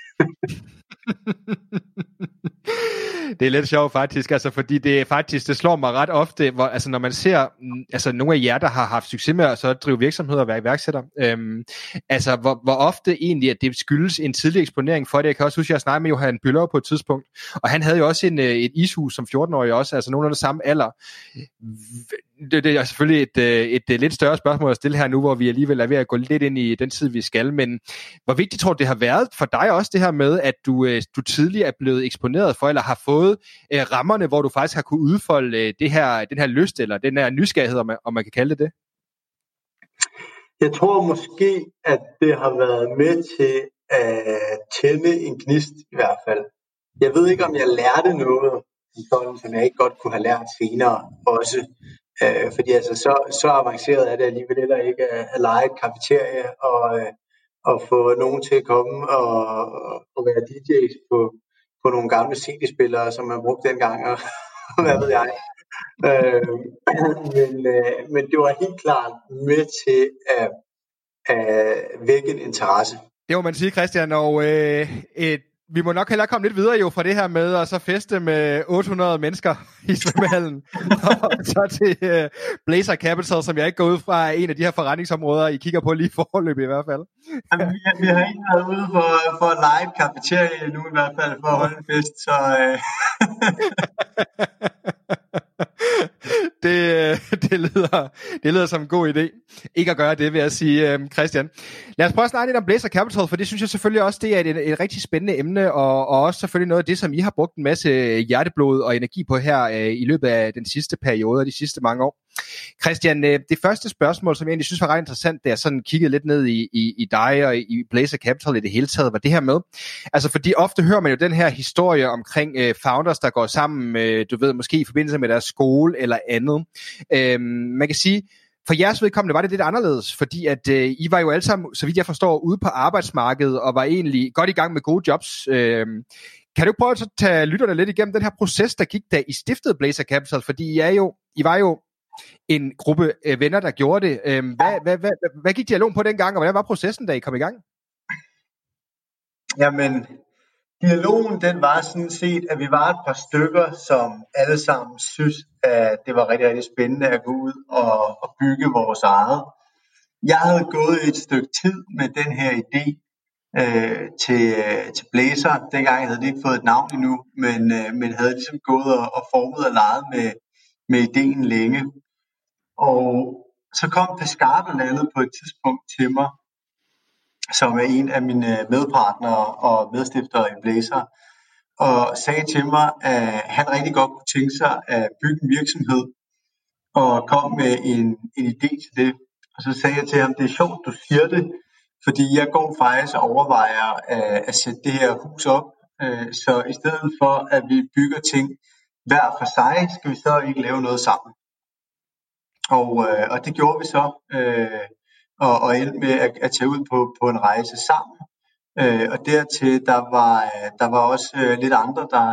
Det er lidt sjovt faktisk, altså, fordi det er faktisk, det slår mig ret ofte, hvor, altså, når man ser altså, nogle af jer, der har haft succes med at så drive virksomheder og være iværksætter, øhm, altså, hvor, hvor ofte egentlig, at det skyldes en tidlig eksponering for det. Jeg kan også huske, at jeg snakkede med Johan Bøller på et tidspunkt, og han havde jo også en, et ishus som fjorten-årig også, altså nogenlunde samme alder. Det, det er selvfølgelig et, et, et lidt større spørgsmål at stille her nu, hvor vi alligevel er ved at gå lidt ind i den tid, vi skal, men hvor vigtigt tror du, det har været for dig også det her med, at du, du tidligere er blevet eksponeret for, eller har fået eh, rammerne, hvor du faktisk har kunne udfolde eh, det her, den her lyst, eller den her nysgerrighed, om man, om man kan kalde det det? Jeg tror måske, at det har været med til at tænde en gnist i hvert fald. Jeg ved ikke, om jeg lærte noget, sådan, som jeg ikke godt kunne have lært senere også. Øh, fordi altså, så, så avanceret er det alligevel heller ikke at, at lege et kafeterie og, øh, og få nogen til at komme og, og være D J's på, på nogle gamle C D-spillere, som man brugte dengang, og, og hvad ved jeg. Øh, men, øh, men det var helt klart med til at, at vække en interesse. Det må man sige, Christian, og øh, et vi må nok heller komme lidt videre jo fra det her med at så feste med otte hundrede mennesker i svømmehallen, og så til uh, Blazer Capital, som jeg ikke går ud fra, er en af de her forretningsområder, I kigger på lige forløb i hvert fald. Jamen, vi, vi har ikke været ude for, for at lege et kafeterie nu i hvert fald, for at holde en fest, så... Uh... det, det, lyder, det lyder som en god idé. Ikke at gøre det, vil jeg sige, um, Christian. Lad os prøve at snakke lidt om Blazer Capital, for det synes jeg selvfølgelig også, det er et, et rigtig spændende emne, og, og også selvfølgelig noget af det, som I har brugt en masse hjerteblod og energi på her uh, i løbet af den sidste periode og de sidste mange år. Christian, uh, det første spørgsmål, som jeg egentlig synes var ret interessant, da jeg sådan kiggede lidt ned i, i, i dig og i Blazer Capital i det hele taget, var det her med. Altså, fordi ofte hører man jo den her historie omkring uh, founders, der går sammen, uh, du ved, måske i forbindelse med deres skole eller andet. Uh, man kan sige, for jeres vedkommende var det lidt anderledes, fordi at øh, I var jo alle sammen, så vidt jeg forstår, ude på arbejdsmarkedet og var egentlig godt i gang med gode jobs. Øh, kan du prøve at tage lytterne lidt igennem den her proces, der gik, da I stiftede Blazer Capital? Fordi I, er jo, I var jo en gruppe øh, venner, der gjorde det. Øh, hvad, hvad, hvad, hvad gik dialogen på dengang, og hvordan var processen, da I kom i gang? Jamen, dialogen, den var sådan set, at vi var et par stykker, som alle sammen synes, at det var rigtig, rigtig spændende at gå ud og, og bygge vores eget. Jeg havde gået et stykke tid med den her idé øh, til, til Blæser. Dengang havde det ikke fået et navn endnu, men, øh, men havde ligesom gået og, og formet og leget med, med idéen længe. Og så kom Pascal og landede på et tidspunkt til mig, som er en af mine medpartnere og medstiftere i Blæser, og sagde til mig, at han rigtig godt kunne tænke sig at bygge en virksomhed, og kom med en, en idé til det. Og så sagde jeg til ham, det er sjovt, du siger det, fordi jeg går faktisk og overvejer at, at sætte det her hus op. Så i stedet for, at vi bygger ting hver for sig, skal vi så ikke lave noget sammen. Og, og det gjorde vi så, og, og endte med at, at tage ud på, på en rejse sammen. Og dertil, der var, der var også lidt andre, der,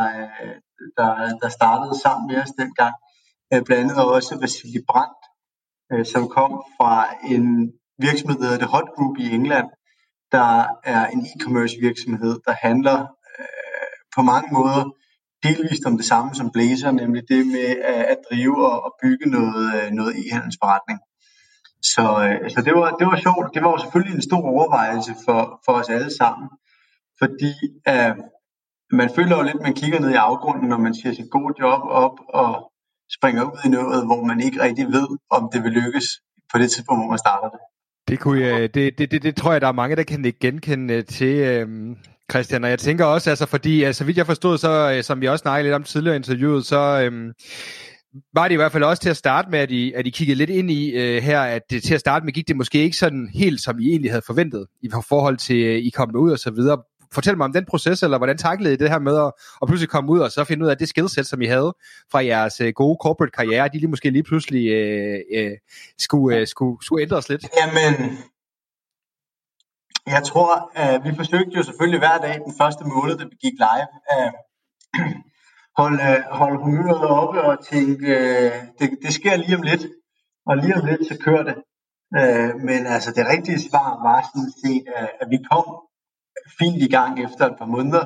der, der startede sammen med os dengang. Blandt andet også Vasili Brandt, som kom fra en virksomhed, der hedder The Hot Group i England, der er en e-commerce virksomhed, der handler øh, på mange måder delvist om det samme som Blæser, nemlig det med at, at drive og, og bygge noget, noget e-handelsforretning. Så, øh, så det, var, det var sjovt. Det var jo selvfølgelig en stor overvejelse for, for os alle sammen, fordi øh, man føler jo lidt, man kigger ned i afgrunden, når man siger sit gode job op og springer ud i noget, hvor man ikke rigtig ved, om det vil lykkes på det tidspunkt, hvor man starter det. Det, kunne jeg, det, det, det, det tror jeg, der er mange, der kan genkende til, øhm, Christian. Og jeg tænker også, altså fordi, altså, så vidt jeg forstod, så, som vi også snakkede lidt om tidligere i interviewet, så øhm, var det i hvert fald også til at starte med, at I, at I kiggede lidt ind i øh, her, at det, til at starte med gik det måske ikke sådan helt, som I egentlig havde forventet, i forhold til, I kom ud og så videre. Fortæl mig om den proces, eller hvordan taklede I det her med at, at pludselig komme ud og så finde ud af det skillset, som I havde fra jeres øh, gode corporate karriere, de lige måske lige pludselig øh, øh, skulle, øh, skulle, skulle ændres lidt? Jamen, jeg tror, at vi forsøgte jo selvfølgelig hver dag den første måned, da vi gik live, at holde, holde humøret oppe og tænke, øh, det, det sker lige om lidt, og lige om lidt så kører det. Øh, men altså det rigtige svar var sådan set, at, at vi kom fint i gang efter et par måneder,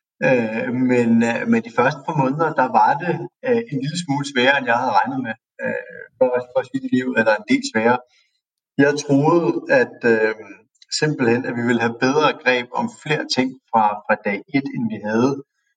øh, men øh, med de første par måneder, der var det øh, en lille smule sværere, end jeg havde regnet med, øh, for, for at sige det liv, eller en del sværere. Jeg troede, at øh, simpelthen, at vi ville have bedre greb om flere ting fra, fra dag et, end vi havde.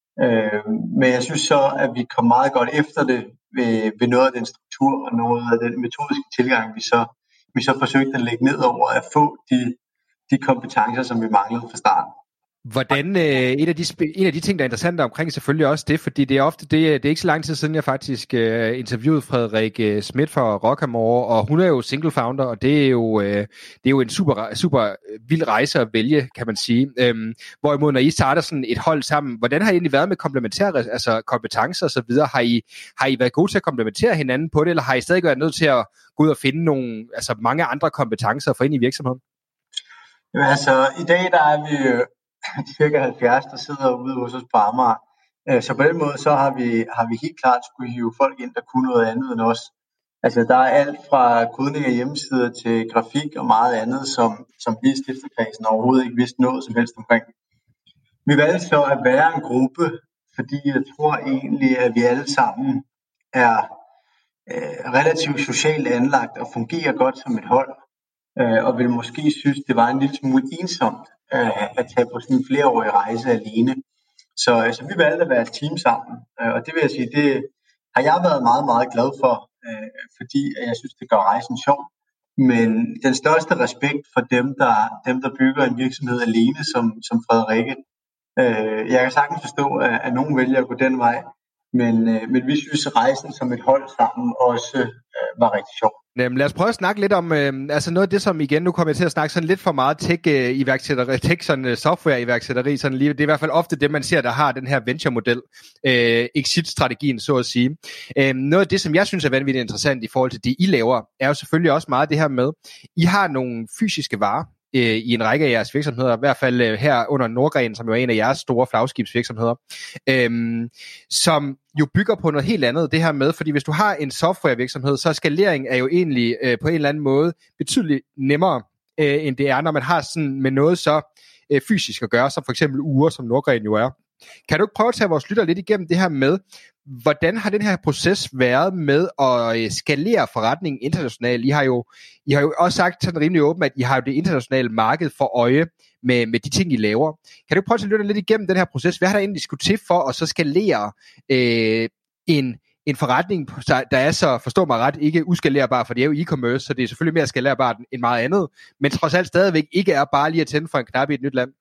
Øh, men jeg synes så, at vi kom meget godt efter det ved, ved noget af den struktur og noget af den metodiske tilgang, vi så, vi så forsøgte at lægge ned over at få de de kompetencer, som vi manglede fra starten. Hvordan, øh, en, af de, en af de ting, der er interessant omkring selvfølgelig også det, fordi det er ofte, det, det er ikke så lang tid siden, jeg faktisk øh, interviewede Frederik øh, Schmidt fra Rockamore, og hun er jo single founder, og det er jo, øh, det er jo en super, super vild rejse at vælge, kan man sige. Øhm, hvorimod, når I starter sådan et hold sammen, hvordan har I egentlig været med komplementære, altså kompetencer og så videre? Har I, har I været gode til at komplementere hinanden på det, eller har I stadig været nødt til at gå ud og finde nogle, altså mange andre kompetencer for ind i virksomheden? Jamen, altså, i dag der er vi øh, cirka halvfjerds, der sidder ude hos os på Amager. Øh, så på den måde, så har vi, har vi helt klart skulle hive folk ind, der kunne noget andet end os. Altså, der er alt fra kodning af hjemmesider til grafik og meget andet, som, som vi i stifterkredsen overhovedet ikke vidste noget som helst omkring. Vi valgte så at være en gruppe, fordi jeg tror egentlig, at vi alle sammen er øh, relativt socialt anlagt og fungerer godt som et hold. Og ville måske synes, det var en lille smule ensomt at tage på sådan en flereårig rejse alene. Så, så vi valgte at være et team sammen, og det vil jeg sige, det har jeg været meget, meget glad for, fordi jeg synes, det gør rejsen sjov. Men den største respekt for dem, der, dem, der bygger en virksomhed alene, som, som Frederikke. Jeg kan sagtens forstå, at, at nogen vælger at gå den vej, men, men vi synes, at rejsen som et hold sammen også var rigtig sjov. Jamen, lad os prøve at snakke lidt om, øh, altså noget af det, som igen, nu kommer jeg til at snakke sådan lidt for meget tech-iværksætteri, tech sådan software-iværksætteri, sådan lige, det er i hvert fald ofte det, man ser, der har den her venture-model, øh, exit-strategien, så at sige. Øh, noget af det, som jeg synes er vanvittigt interessant i forhold til det, I laver, er jo selvfølgelig også meget det her med, I har nogle fysiske varer, i en række af jeres virksomheder, i hvert fald her under Nordgren, som jo er en af jeres store flagskibsvirksomheder, øhm, som jo bygger på noget helt andet, det her med, fordi hvis du har en softwarevirksomhed, så skalering er jo egentlig øh, på en eller anden måde betydeligt nemmere, øh, end det er, når man har sådan med noget så øh, fysisk at gøre, som for eksempel uger, som Nordgren jo er. Kan du ikke prøve at tage vores lytter lidt igennem det her med, hvordan har den her proces været med at skalere forretningen internationalt? I har jo, I har jo også sagt sådan rimelig åbent, at I har jo det internationale marked for øje med, med de ting, I laver. Kan du prøve at tage lytterne lidt igennem den her proces? Hvad har der egentlig skulle til for at så skalere øh, en, en forretning, der er så, forstå mig ret, ikke uskalerbar, for det er jo e-commerce, så det er selvfølgelig mere skalerbart end meget andet, men trods alt stadigvæk ikke er bare lige at tænde for en knap i et nyt land?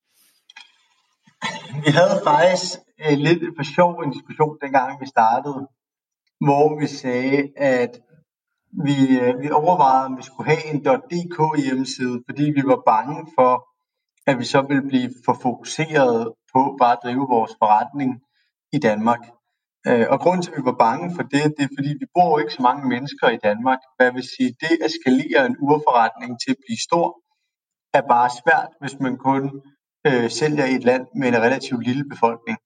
Vi havde faktisk øh, lidt for sjov en diskussion, dengang vi startede, hvor vi sagde, at vi, øh, vi overvejede, om vi skulle have en .dk hjemmeside, fordi vi var bange for, at vi så ville blive for fokuseret på bare at drive vores forretning i Danmark. Øh, og grunden til, at vi var bange for det, det er, fordi vi bor ikke så mange mennesker i Danmark. Hvad vil sige, det at skalere en urforretning til at blive stor, er bare svært, hvis man kun øh, sælger i et land med en relativt lille befolkning.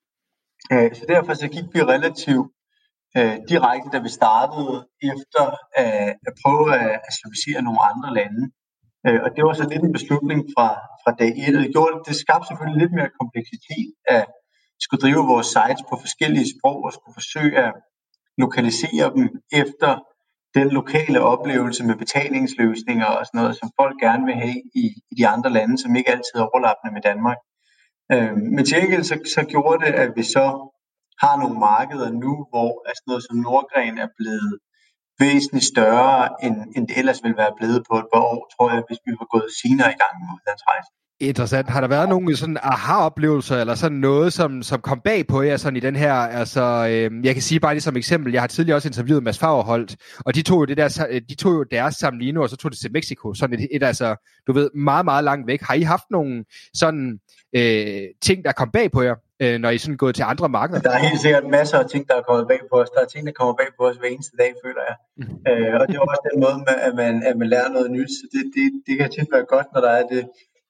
Øh, så derfor så gik vi relativt øh, direkte, da vi startede, efter øh, at prøve at, at servicere nogle andre lande. Øh, og det var så lidt en beslutning fra, fra dag et, og det, gjorde, det skabte selvfølgelig lidt mere kompleksitet at skulle drive vores sites på forskellige sprog og skulle forsøge at lokalisere dem efter den lokale oplevelse med betalingsløsninger og sådan noget, som folk gerne vil have i, i de andre lande, som ikke altid er overlappende med Danmark. Øh, men til gengæld så, så gjorde det, at vi så har nogle markeder nu, hvor altså noget som Nordgren er blevet væsentligt større, end, end det ellers ville være blevet på et par år, tror jeg, hvis vi var gået senere i gang med udlandsrejsen. Interessant. Har der været nogle sådan aha-oplevelser, eller sådan noget, som, som kom bag på jer sådan i den her, altså, øh, jeg kan sige bare lige som eksempel, jeg har tidligere også interviewet Mads Fagerholt, og de tog jo, det der, de tog jo deres Samlino, og så tog det til Mexico, sådan et, et, altså, du ved, meget, meget langt væk. Har I haft nogle sådan øh, ting, der kom bag på jer, øh, når I sådan gået til andre markeder? Der er helt sikkert masser af ting, der er kommet bag på os. Der er ting, der kommer bag på os hver eneste dag, føler jeg. Mm. Øh, og det er også den måde, at man, at man lærer noget nyt, så det, det, det kan tit være godt, når der er det.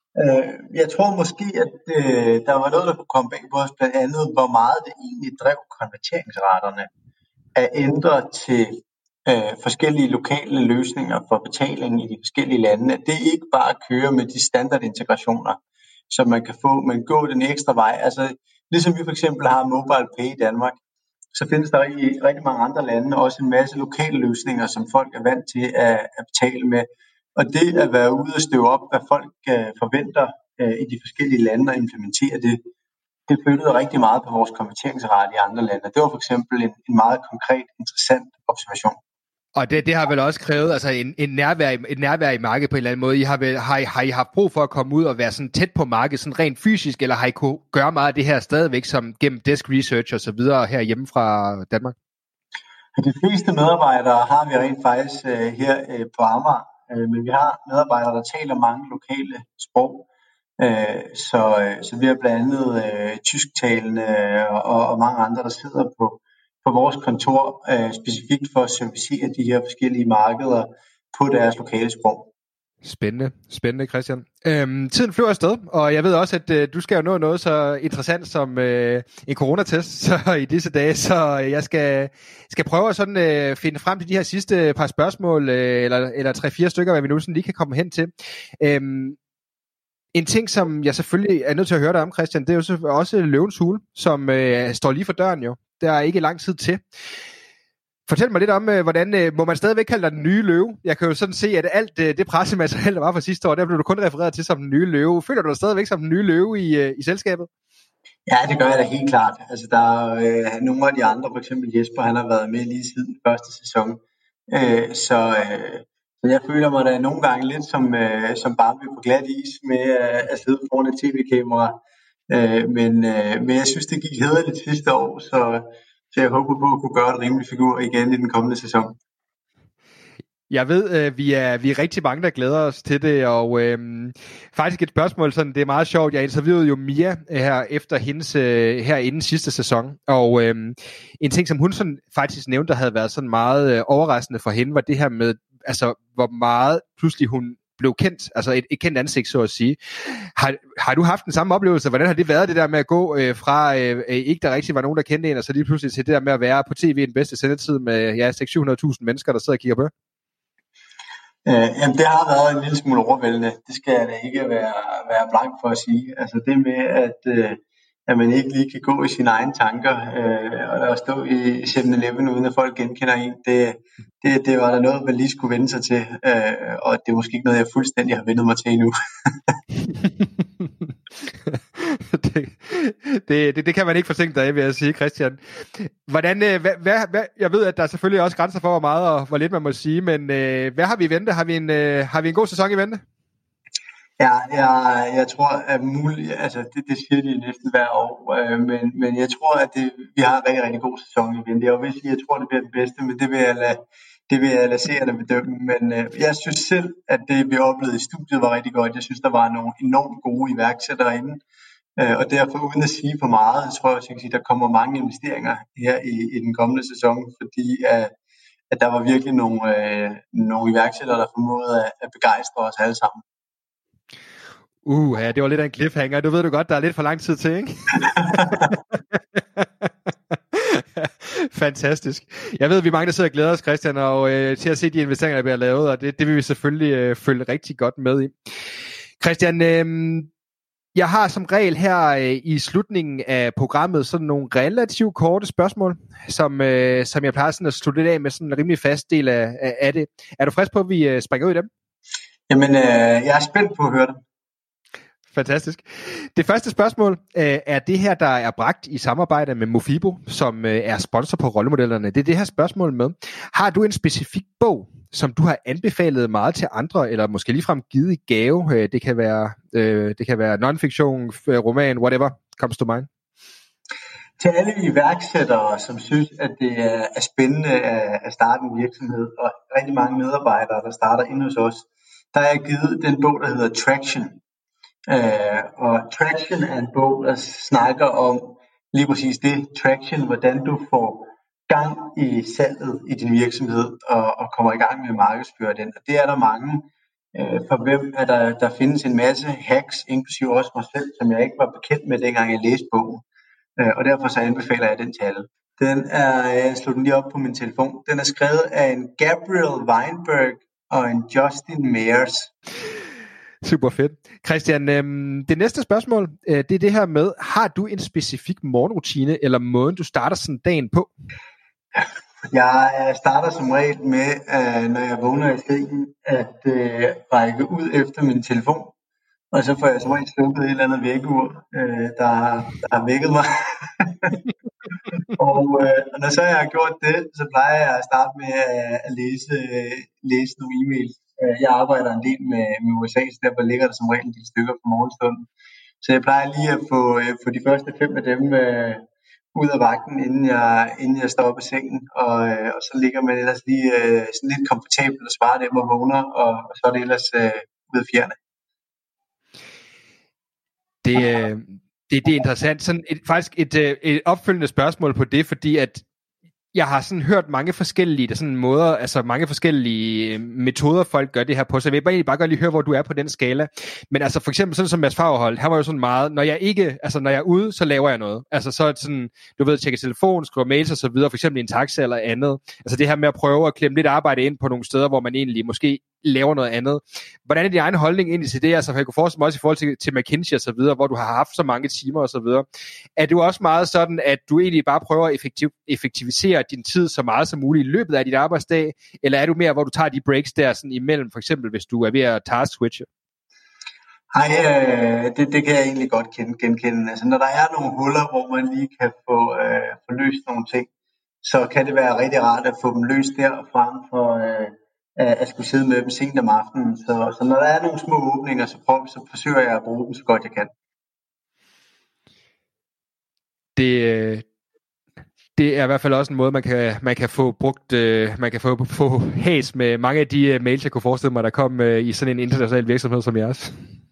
Jeg tror måske, at øh, der var noget, der kunne komme bag på os, blandt andet, hvor meget det egentlig drev konverteringsraterne at ændre til øh, forskellige lokale løsninger for betaling i de forskellige lande. At det ikke bare kører med de standardintegrationer, som man kan få, men gå den ekstra vej. Altså, ligesom vi for eksempel har MobilePay i Danmark, så findes der i rigtig mange andre lande også en masse lokale løsninger, som folk er vant til at, at betale med. Og det at være ude og støve op, hvad folk uh, forventer uh, i de forskellige lande og implementere det, det følte rigtig meget på vores konverteringsrate i andre lande. Det var for eksempel en, en meget konkret, interessant observation. Og det, det har vel også krævet altså en, en, nærvær, en nærvær i markedet på en eller anden måde. I har, vel, har, I, har I haft brug for at komme ud og være sådan tæt på markedet, sådan rent fysisk, eller har I kunne gøre meget af det her stadigvæk som gennem desk research og så videre her hjemme fra Danmark? De fleste medarbejdere har vi rent faktisk uh, her uh, på Amager. Men vi har medarbejdere, der taler mange lokale sprog, så, så vi har blandt andet tysktalende og, og mange andre, der sidder på, på vores kontor specifikt for at servicere de her forskellige markeder på deres lokale sprog. Spændende, spændende Christian. Øhm, tiden flyver afsted, og jeg ved også, at øh, du skal jo nå noget så interessant som øh, en coronatest så i disse dage, så jeg skal, skal prøve at sådan, øh, finde frem til de her sidste par spørgsmål, øh, eller, eller tre-fire stykker, hvad vi nu sådan lige kan komme hen til. Øhm, en ting, som jeg selvfølgelig er nødt til at høre dig om, Christian, det er jo så også Løvens Hule, som øh, står lige for døren jo. Der er ikke lang tid til. Fortæl mig lidt om, hvordan må man stadigvæk kalde dig den nye løve? Jeg kan jo sådan se, at alt det pressemateriale, der var fra sidste år, der blev du kun refereret til som den nye løve. Føler du dig stadigvæk som den nye løve i, i selskabet? Ja, det gør jeg da helt klart. Altså, der er øh, nogle af de andre, for eksempel Jesper, han har været med lige siden første sæson. Øh, så, øh, så jeg føler mig da nogle gange lidt som, øh, som Bambi på glat is med øh, at sidde foran et tv-kamera. Øh, men, øh, men jeg synes, det gik hæderligt sidste år, så... Så jeg håber på at kunne gøre en rimelig figur igen i den kommende sæson. Jeg ved, øh, vi, er, vi er rigtig mange, der glæder os til det, og øh, faktisk et spørgsmål, sådan, det er meget sjovt. Jeg interviewede jo Mia her efter hendes, øh, her inden sidste sæson, og øh, en ting, som hun sådan, faktisk nævnte, der havde været sådan meget øh, overraskende for hende, var det her med, altså, hvor meget pludselig hun blev kendt, altså et, et kendt ansigt, så at sige. Har, har du haft den samme oplevelse? Hvordan har det været, det der med at gå øh, fra, øh, ikke der rigtig var nogen, der kendte en, og så lige pludselig til det der med at være på tv i den bedste sendetid med ja, seks til syv hundrede tusind mennesker, der sidder og kigger på? Øh, jamen, det har været en lille smule overvældende. Det skal jeg da ikke være, være blank for at sige. Altså det med, at, øh, at man ikke lige kan gå i sine egne tanker, øh, og der stå i syv eleven uden at folk genkender en, det, det, det var der noget, man lige skulle vende sig til, øh, og det er måske ikke noget, jeg fuldstændig har vendt mig til endnu. det, det, det, det kan man ikke fortænke dig af, vil jeg sige, Christian. Hvordan, øh, hvad, hvad, hvad, jeg ved, at der er selvfølgelig også grænser for, hvor meget og hvor lidt man må sige, men øh, hvad har vi i vente? Har vi en, øh, har vi en god sæson i vente? Ja, jeg, jeg tror, at muligt, altså det, det siger de næsten hver år, øh, men, men jeg tror, at det, vi har en rigtig, rigtig god sæson i vente. Jeg vil sige, jeg tror, det bliver den bedste, men det vil jeg lade, det vil jeg lade seerne bedømme. Men øh, jeg synes selv, at det, vi oplevede i studiet, var rigtig godt. Jeg synes, der var nogle enormt gode iværksættere inde, øh, og derfor uden at sige for meget, tror jeg også, jeg kan sige, at der kommer mange investeringer her i, i den kommende sæson, fordi øh, at der var virkelig nogle, øh, nogle iværksættere, der formåede at, at begejstre os alle sammen. Uh, ja, det var lidt af en cliffhanger. Du ved du godt, der er lidt for lang tid til, ikke? Fantastisk. Jeg ved, vi er mange, der sidder og glæder os, Christian, og øh, til at se de investeringer, der bliver lavet, og det, det vil vi selvfølgelig øh, følge rigtig godt med i. Christian, øh, jeg har som regel her øh, i slutningen af programmet sådan nogle relativt korte spørgsmål, som, øh, som jeg plejer sådan at slutte lidt af med sådan en rimelig fast del af, af, af det. Er du frisk på, at vi øh, springer ud i dem? Jamen, øh, jeg er spændt på at høre det. Fantastisk. Det første spørgsmål øh, er det her, der er bragt i samarbejde med Mofibo, som øh, er sponsor på rollemodellerne. Det er det her spørgsmål med. Har du en specifik bog, som du har anbefalet meget til andre, eller måske ligefrem givet i gave? Øh, det kan være, øh, det kan være non-fiktion, roman, whatever comes to mind. Til alle iværksættere, som synes, at det er spændende at starte en virksomhed, og rigtig mange medarbejdere, der starter inde hos os, der er jeg givet den bog, der hedder Traction. Uh, og Traction er en bog, der snakker om lige præcis det, Traction, hvordan du får gang i salget i din virksomhed og, og kommer i gang med at markedsføre den. Og det er der mange, uh, for hvem er der, der findes en masse hacks, inklusive også mig selv, som jeg ikke var bekendt med, dengang jeg læste bogen. Uh, og derfor så anbefaler jeg den til alle. Den er, jeg slog den lige op på min telefon, den er skrevet af en Gabriel Weinberg og en Justin Mayers. Super fedt. Christian, øhm, det næste spørgsmål, øh, det er det her med, har du en specifik morgenrutine, eller måden, du starter sådan dagen på? Jeg starter som regel med, øh, når jeg vågner i sengen, at øh, række ud efter min telefon, og så får jeg som regel slukket et eller andet vækkeur, øh, der, der har vækket mig. og øh, når så jeg har gjort det, så plejer jeg at starte med at, at læse, læse nogle e-mails. Jeg arbejder en del med, med U S A, så derfor ligger der som regel de stykker på morgenstunden. Så jeg plejer lige at få, få de første fem af dem øh, ud af vagten, inden jeg, inden jeg står op i sengen. Og, øh, og så ligger man ellers lige øh, sådan lidt komfortabelt og sparer dem og vågner, og, og så er det ellers øh, ud af fjerne. Det, øh, det, det er interessant. Sådan et, faktisk et, et opfølgende spørgsmål på det, fordi at jeg har sådan hørt mange forskellige der sådan måder, altså mange forskellige metoder, folk gør det her på. Så jeg vil bare egentlig bare godt lige høre, hvor du er på den skala. Men altså for eksempel sådan som Mads Fagerholt, han var jo sådan meget, når jeg ikke, altså når jeg er ude, så laver jeg noget. Altså så sådan, du ved, tjekke telefon, skrive mails og så videre, for eksempel i en taxa eller andet. Altså det her med at prøve at klemme lidt arbejde ind på nogle steder, hvor man egentlig måske laver noget andet. Hvordan er din egen holdning egentlig til det? Altså for jeg kunne forestille mig også i forhold til, til McKinsey og så videre, hvor du har haft så mange timer og så videre. Er du også meget sådan, at du egentlig bare prøver at effektiv, effektivisere din tid så meget som muligt i løbet af dit arbejdsdag, eller er du mere, hvor du tager de breaks der sådan imellem, for eksempel hvis du er ved at task switche? Nej, øh, det, det kan jeg egentlig godt kende, genkende. Altså når der er nogle huller, hvor man lige kan få, øh, få løst nogle ting, så kan det være rigtig rart at få dem løst der frem for øh, at skulle sidde med dem sent om aftenen. Så, så når der er nogle små åbninger, så, prøver, så forsøger jeg at bruge dem så godt jeg kan. Det, det er i hvert fald også en måde, man kan, man kan få brugt, øh, man kan få, få has med mange af de uh, mails, jeg kunne forestille mig, der kom uh, i sådan en international virksomhed som jeres.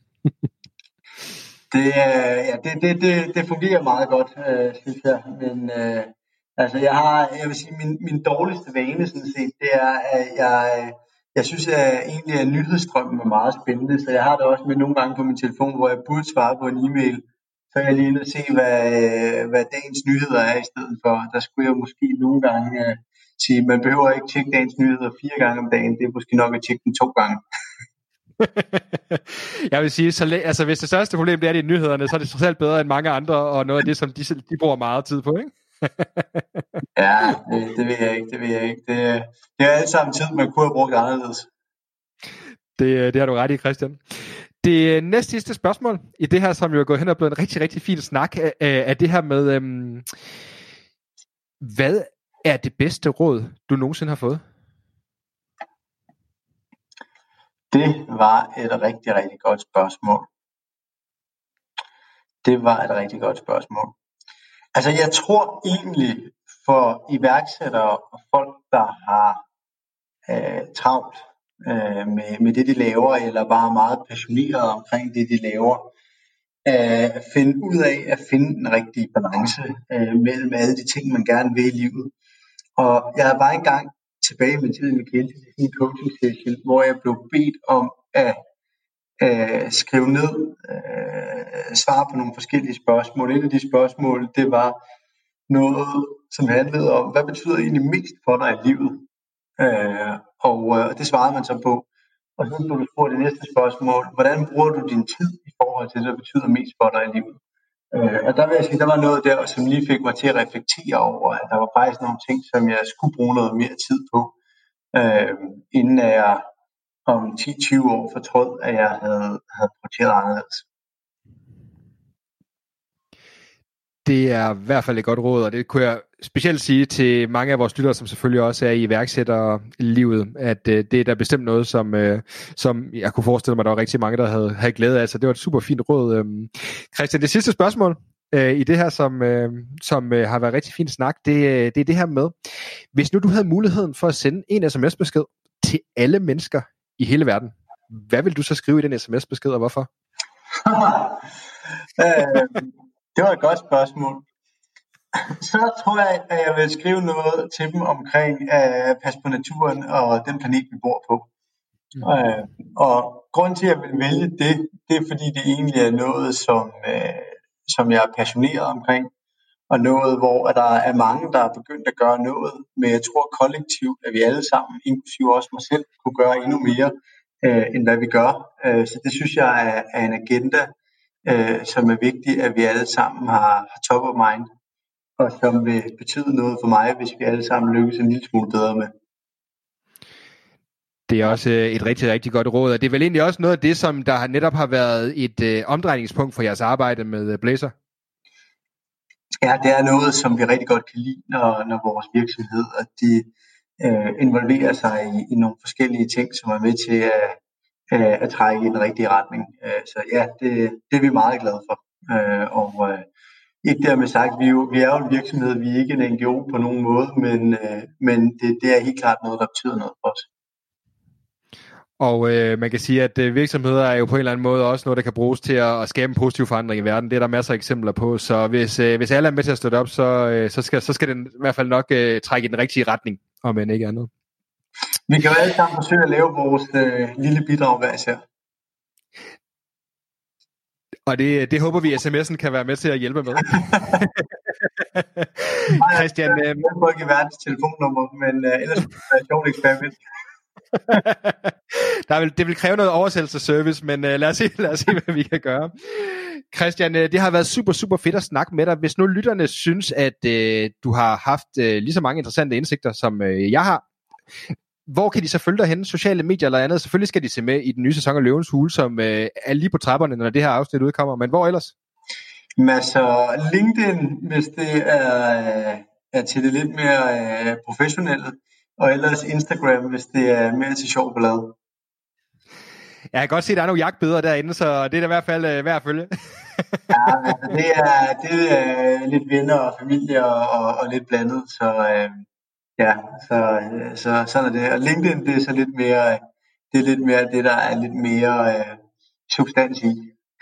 det, øh, ja, det, det, det, det fungerer meget godt, øh, synes jeg. Men øh, altså, jeg har, jeg vil sige, min, min dårligste vane, sådan set, det er, at jeg, jeg synes, at egentlig at nyhedsstrømmen er meget spændende, så jeg har det også med nogle gange på min telefon, hvor jeg burde svare på en e-mail, så er jeg lige inde og se, hvad, hvad dagens nyheder er i stedet for. Der skulle jeg måske nogle gange uh, sige, man behøver ikke tjekke dagens nyheder fire gange om dagen. Det er måske nok at tjekke dem to gange. Jeg vil sige, så, altså, hvis det største problem det er, det er nyhederne, så er det trods alt bedre end mange andre, og noget af det, som de, de bruger meget tid på, ikke? Ja, det, det ved jeg ikke, det ved jeg ikke. Det, det er alt sammen tid, man kunne have brugt anderledes. Det, det har du ret i, Christian. Det næste sidste spørgsmål i det her, som jo er gået hen og blevet en rigtig, rigtig fin snak, er, er det her med, øhm, hvad er det bedste råd, du nogensinde har fået? Det var et rigtig, rigtig godt spørgsmål. Det var et rigtig godt spørgsmål. Altså, jeg tror egentlig for iværksættere og folk, der har øh, travlt øh, med, med det, de laver, eller bare meget passioneret omkring det, de laver, øh, at finde ud af at finde en rigtig balance øh, mellem alle de ting, man gerne vil i livet. Og jeg var engang tilbage med tiden med Kjeld til en coaching session, hvor jeg blev bedt om at øh, skrive ned, øh, svare på nogle forskellige spørgsmål. Et af de spørgsmål, det var noget, som handlede om, hvad betyder egentlig mest for dig i livet? Øh, og øh, det svarede man så på. Og så blev du spurgt det næste spørgsmål, hvordan bruger du din tid i forhold til det, der betyder mest for dig i livet? Øh, og der vil jeg sige, der var noget der, som lige fik mig til at reflektere over, at der var faktisk nogle ting, som jeg skulle bruge noget mere tid på, øh, inden jeg om ti til tyve år fortrød, at jeg havde, havde prioriteret anderledes. Det er i hvert fald et godt råd, og det kunne jeg specielt sige til mange af vores lyttere, som selvfølgelig også er i iværksætterlivet, at øh, det er da bestemt noget, som, øh, som jeg kunne forestille mig, der var rigtig mange, der havde, havde glæde af. Så det var et super fint råd. Øhm, Christian, det sidste spørgsmål øh, i det her, som, øh, som øh, har været rigtig fint snak, det, øh, det er det her med, hvis nu du havde muligheden for at sende en sms-besked til alle mennesker i hele verden, hvad vil du så skrive i den sms-besked, og hvorfor? øh, det var et godt spørgsmål. Så tror jeg, at jeg vil skrive noget til dem omkring at uh, passe på naturen og den planet, vi bor på. Mm. Uh, og grunden til, at jeg vil vælge det, det er fordi, det egentlig er noget, som, uh, som jeg er passioneret omkring. Og noget, hvor der er mange, der er begyndt at gøre noget. Men jeg tror kollektivt, at vi alle sammen, inklusive også mig selv, kunne gøre endnu mere, uh, end hvad vi gør. Uh, så det synes jeg er, er en agenda, uh, som er vigtig, at vi alle sammen har, har top of mind. Og som vil betyde noget for mig, hvis vi alle sammen lykkes en lille smule bedre med. Det er også et rigtig, rigtig godt råd, og det er vel egentlig også noget af det, som der netop har været et øh, omdrejningspunkt for jeres arbejde med Blazer? Ja, det er noget, som vi rigtig godt kan lide, når, når vores virksomhed, at de øh, involverer sig i, i nogle forskellige ting, som er med til at, øh, at trække i den rigtige retning. Øh, så ja, det, det er vi meget glade for. Øh, og øh, Ikke dermed sagt, vi er, jo, vi er jo en virksomhed, vi er ikke en N G O på nogen måde, men, øh, men det, det er helt klart noget, der betyder noget for os. Og øh, man kan sige, at øh, virksomheder er jo på en eller anden måde også noget, der kan bruges til at, at skabe en positiv forandring i verden. Det er der masser af eksempler på, så hvis, øh, hvis alle er med til at støtte op, så, øh, så, skal, så skal den i hvert fald nok øh, trække i den rigtige retning, om end ikke andet. Vi kan jo alle sammen forsøge at lave vores øh, lille bidrag hver især. Og det, det håber vi, at sms'en kan være med til at hjælpe med. Christian, jeg har ikke verdens telefonnummer, men uh, ellers er det et sjovt eksperiment. Der vil, det vil kræve noget oversættelsesservice, men uh, lad, os se, lad os se, hvad vi kan gøre. Christian, uh, det har været super, super fedt at snakke med dig. Hvis nu lytterne synes, at uh, du har haft uh, lige så mange interessante indsigter, som uh, jeg har, hvor kan de så følge dig henne? Sociale medier eller andet? Selvfølgelig skal de se med i den nye sæson af Løvens Hule, som øh, er lige på trapperne, når det her afsnit udkommer. Men hvor ellers? Altså LinkedIn, hvis det er, er til det lidt mere øh, professionelle. Og ellers Instagram, hvis det er mere til sjov ballade. Jeg kan godt se, at der er nogle jagtbilleder derinde, så det er da i hvert fald øh, værd at følge. Ja, altså, det er, det er lidt venner og familie og, og lidt blandet, så... Øh, Ja, så, så sådan er det. Og LinkedIn, det er så lidt mere, det er lidt mere det, der er lidt mere øh, substans i.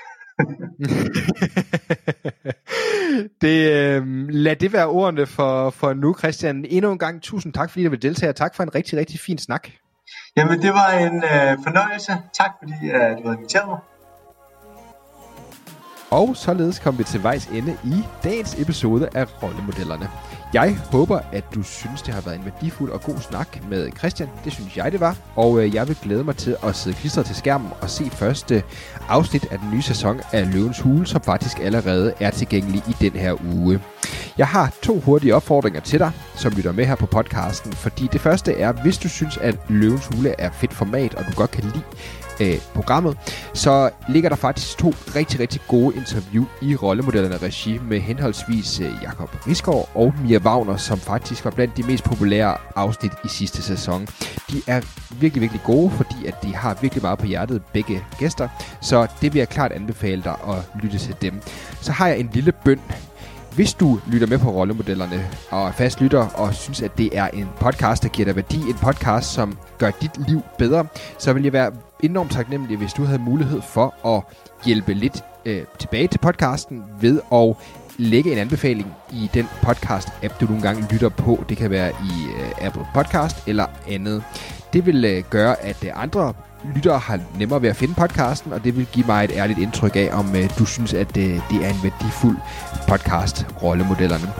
det, øh, lad det være ordene for, for nu, Christian. Endnu en gang tusind tak, fordi du vil deltage, og tak for en rigtig, rigtig fin snak. Jamen, det var en øh, fornøjelse. Tak, fordi øh, du havde inviteret mig. Og således kom vi til vejs ende i dagens episode af Rollemodellerne. Jeg håber, at du synes, det har været en værdifuld og god snak med Christian. Det synes jeg, det var. Og øh, jeg vil glæde mig til at sidde klistret til skærmen og se første afsnit af den nye sæson af Løvens Hule, som faktisk allerede er tilgængelig i den her uge. Jeg har to hurtige opfordringer til dig, som lytter med her på podcasten. Fordi det første er, hvis du synes, at Løvens Hule er fedt format, og du godt kan lide øh, programmet, så ligger der faktisk to rigtig, rigtig gode interview i Rollemodellerne regi med henholdsvis øh, Jakob Risgaard og Mia Wagner, som faktisk var blandt de mest populære afsnit i sidste sæson. De er virkelig, virkelig gode, fordi at de har virkelig meget på hjertet, begge gæster. Så det vil jeg klart anbefale dig at lytte til dem. Så har jeg en lille bøn. Hvis du lytter med på Rollemodellerne og er fast lytter og synes, at det er en podcast, der giver dig værdi, en podcast, som gør dit liv bedre, så vil jeg være enormt taknemmelig, hvis du havde mulighed for at hjælpe lidt øh, tilbage til podcasten ved at lægge en anbefaling i den podcast-app, du nogle gange lytter på. Det kan være i øh, Apple Podcast eller andet. Det vil øh, gøre, at øh, andre lyttere har nemmere ved at finde podcasten, og det vil give mig et ærligt indtryk af, om øh, du synes, at øh, det er en værdifuld podcast, Rollemodellerne.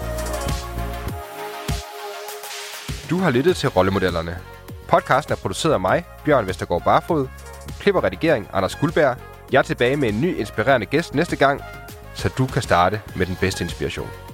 Du har lyttet til Rollemodellerne. Podcasten er produceret af mig, Bjørn Vestergaard Barfod. Klip og redigering, Anders Guldberg. Jeg er tilbage med en ny inspirerende gæst næste gang, så du kan starte med den bedste inspiration.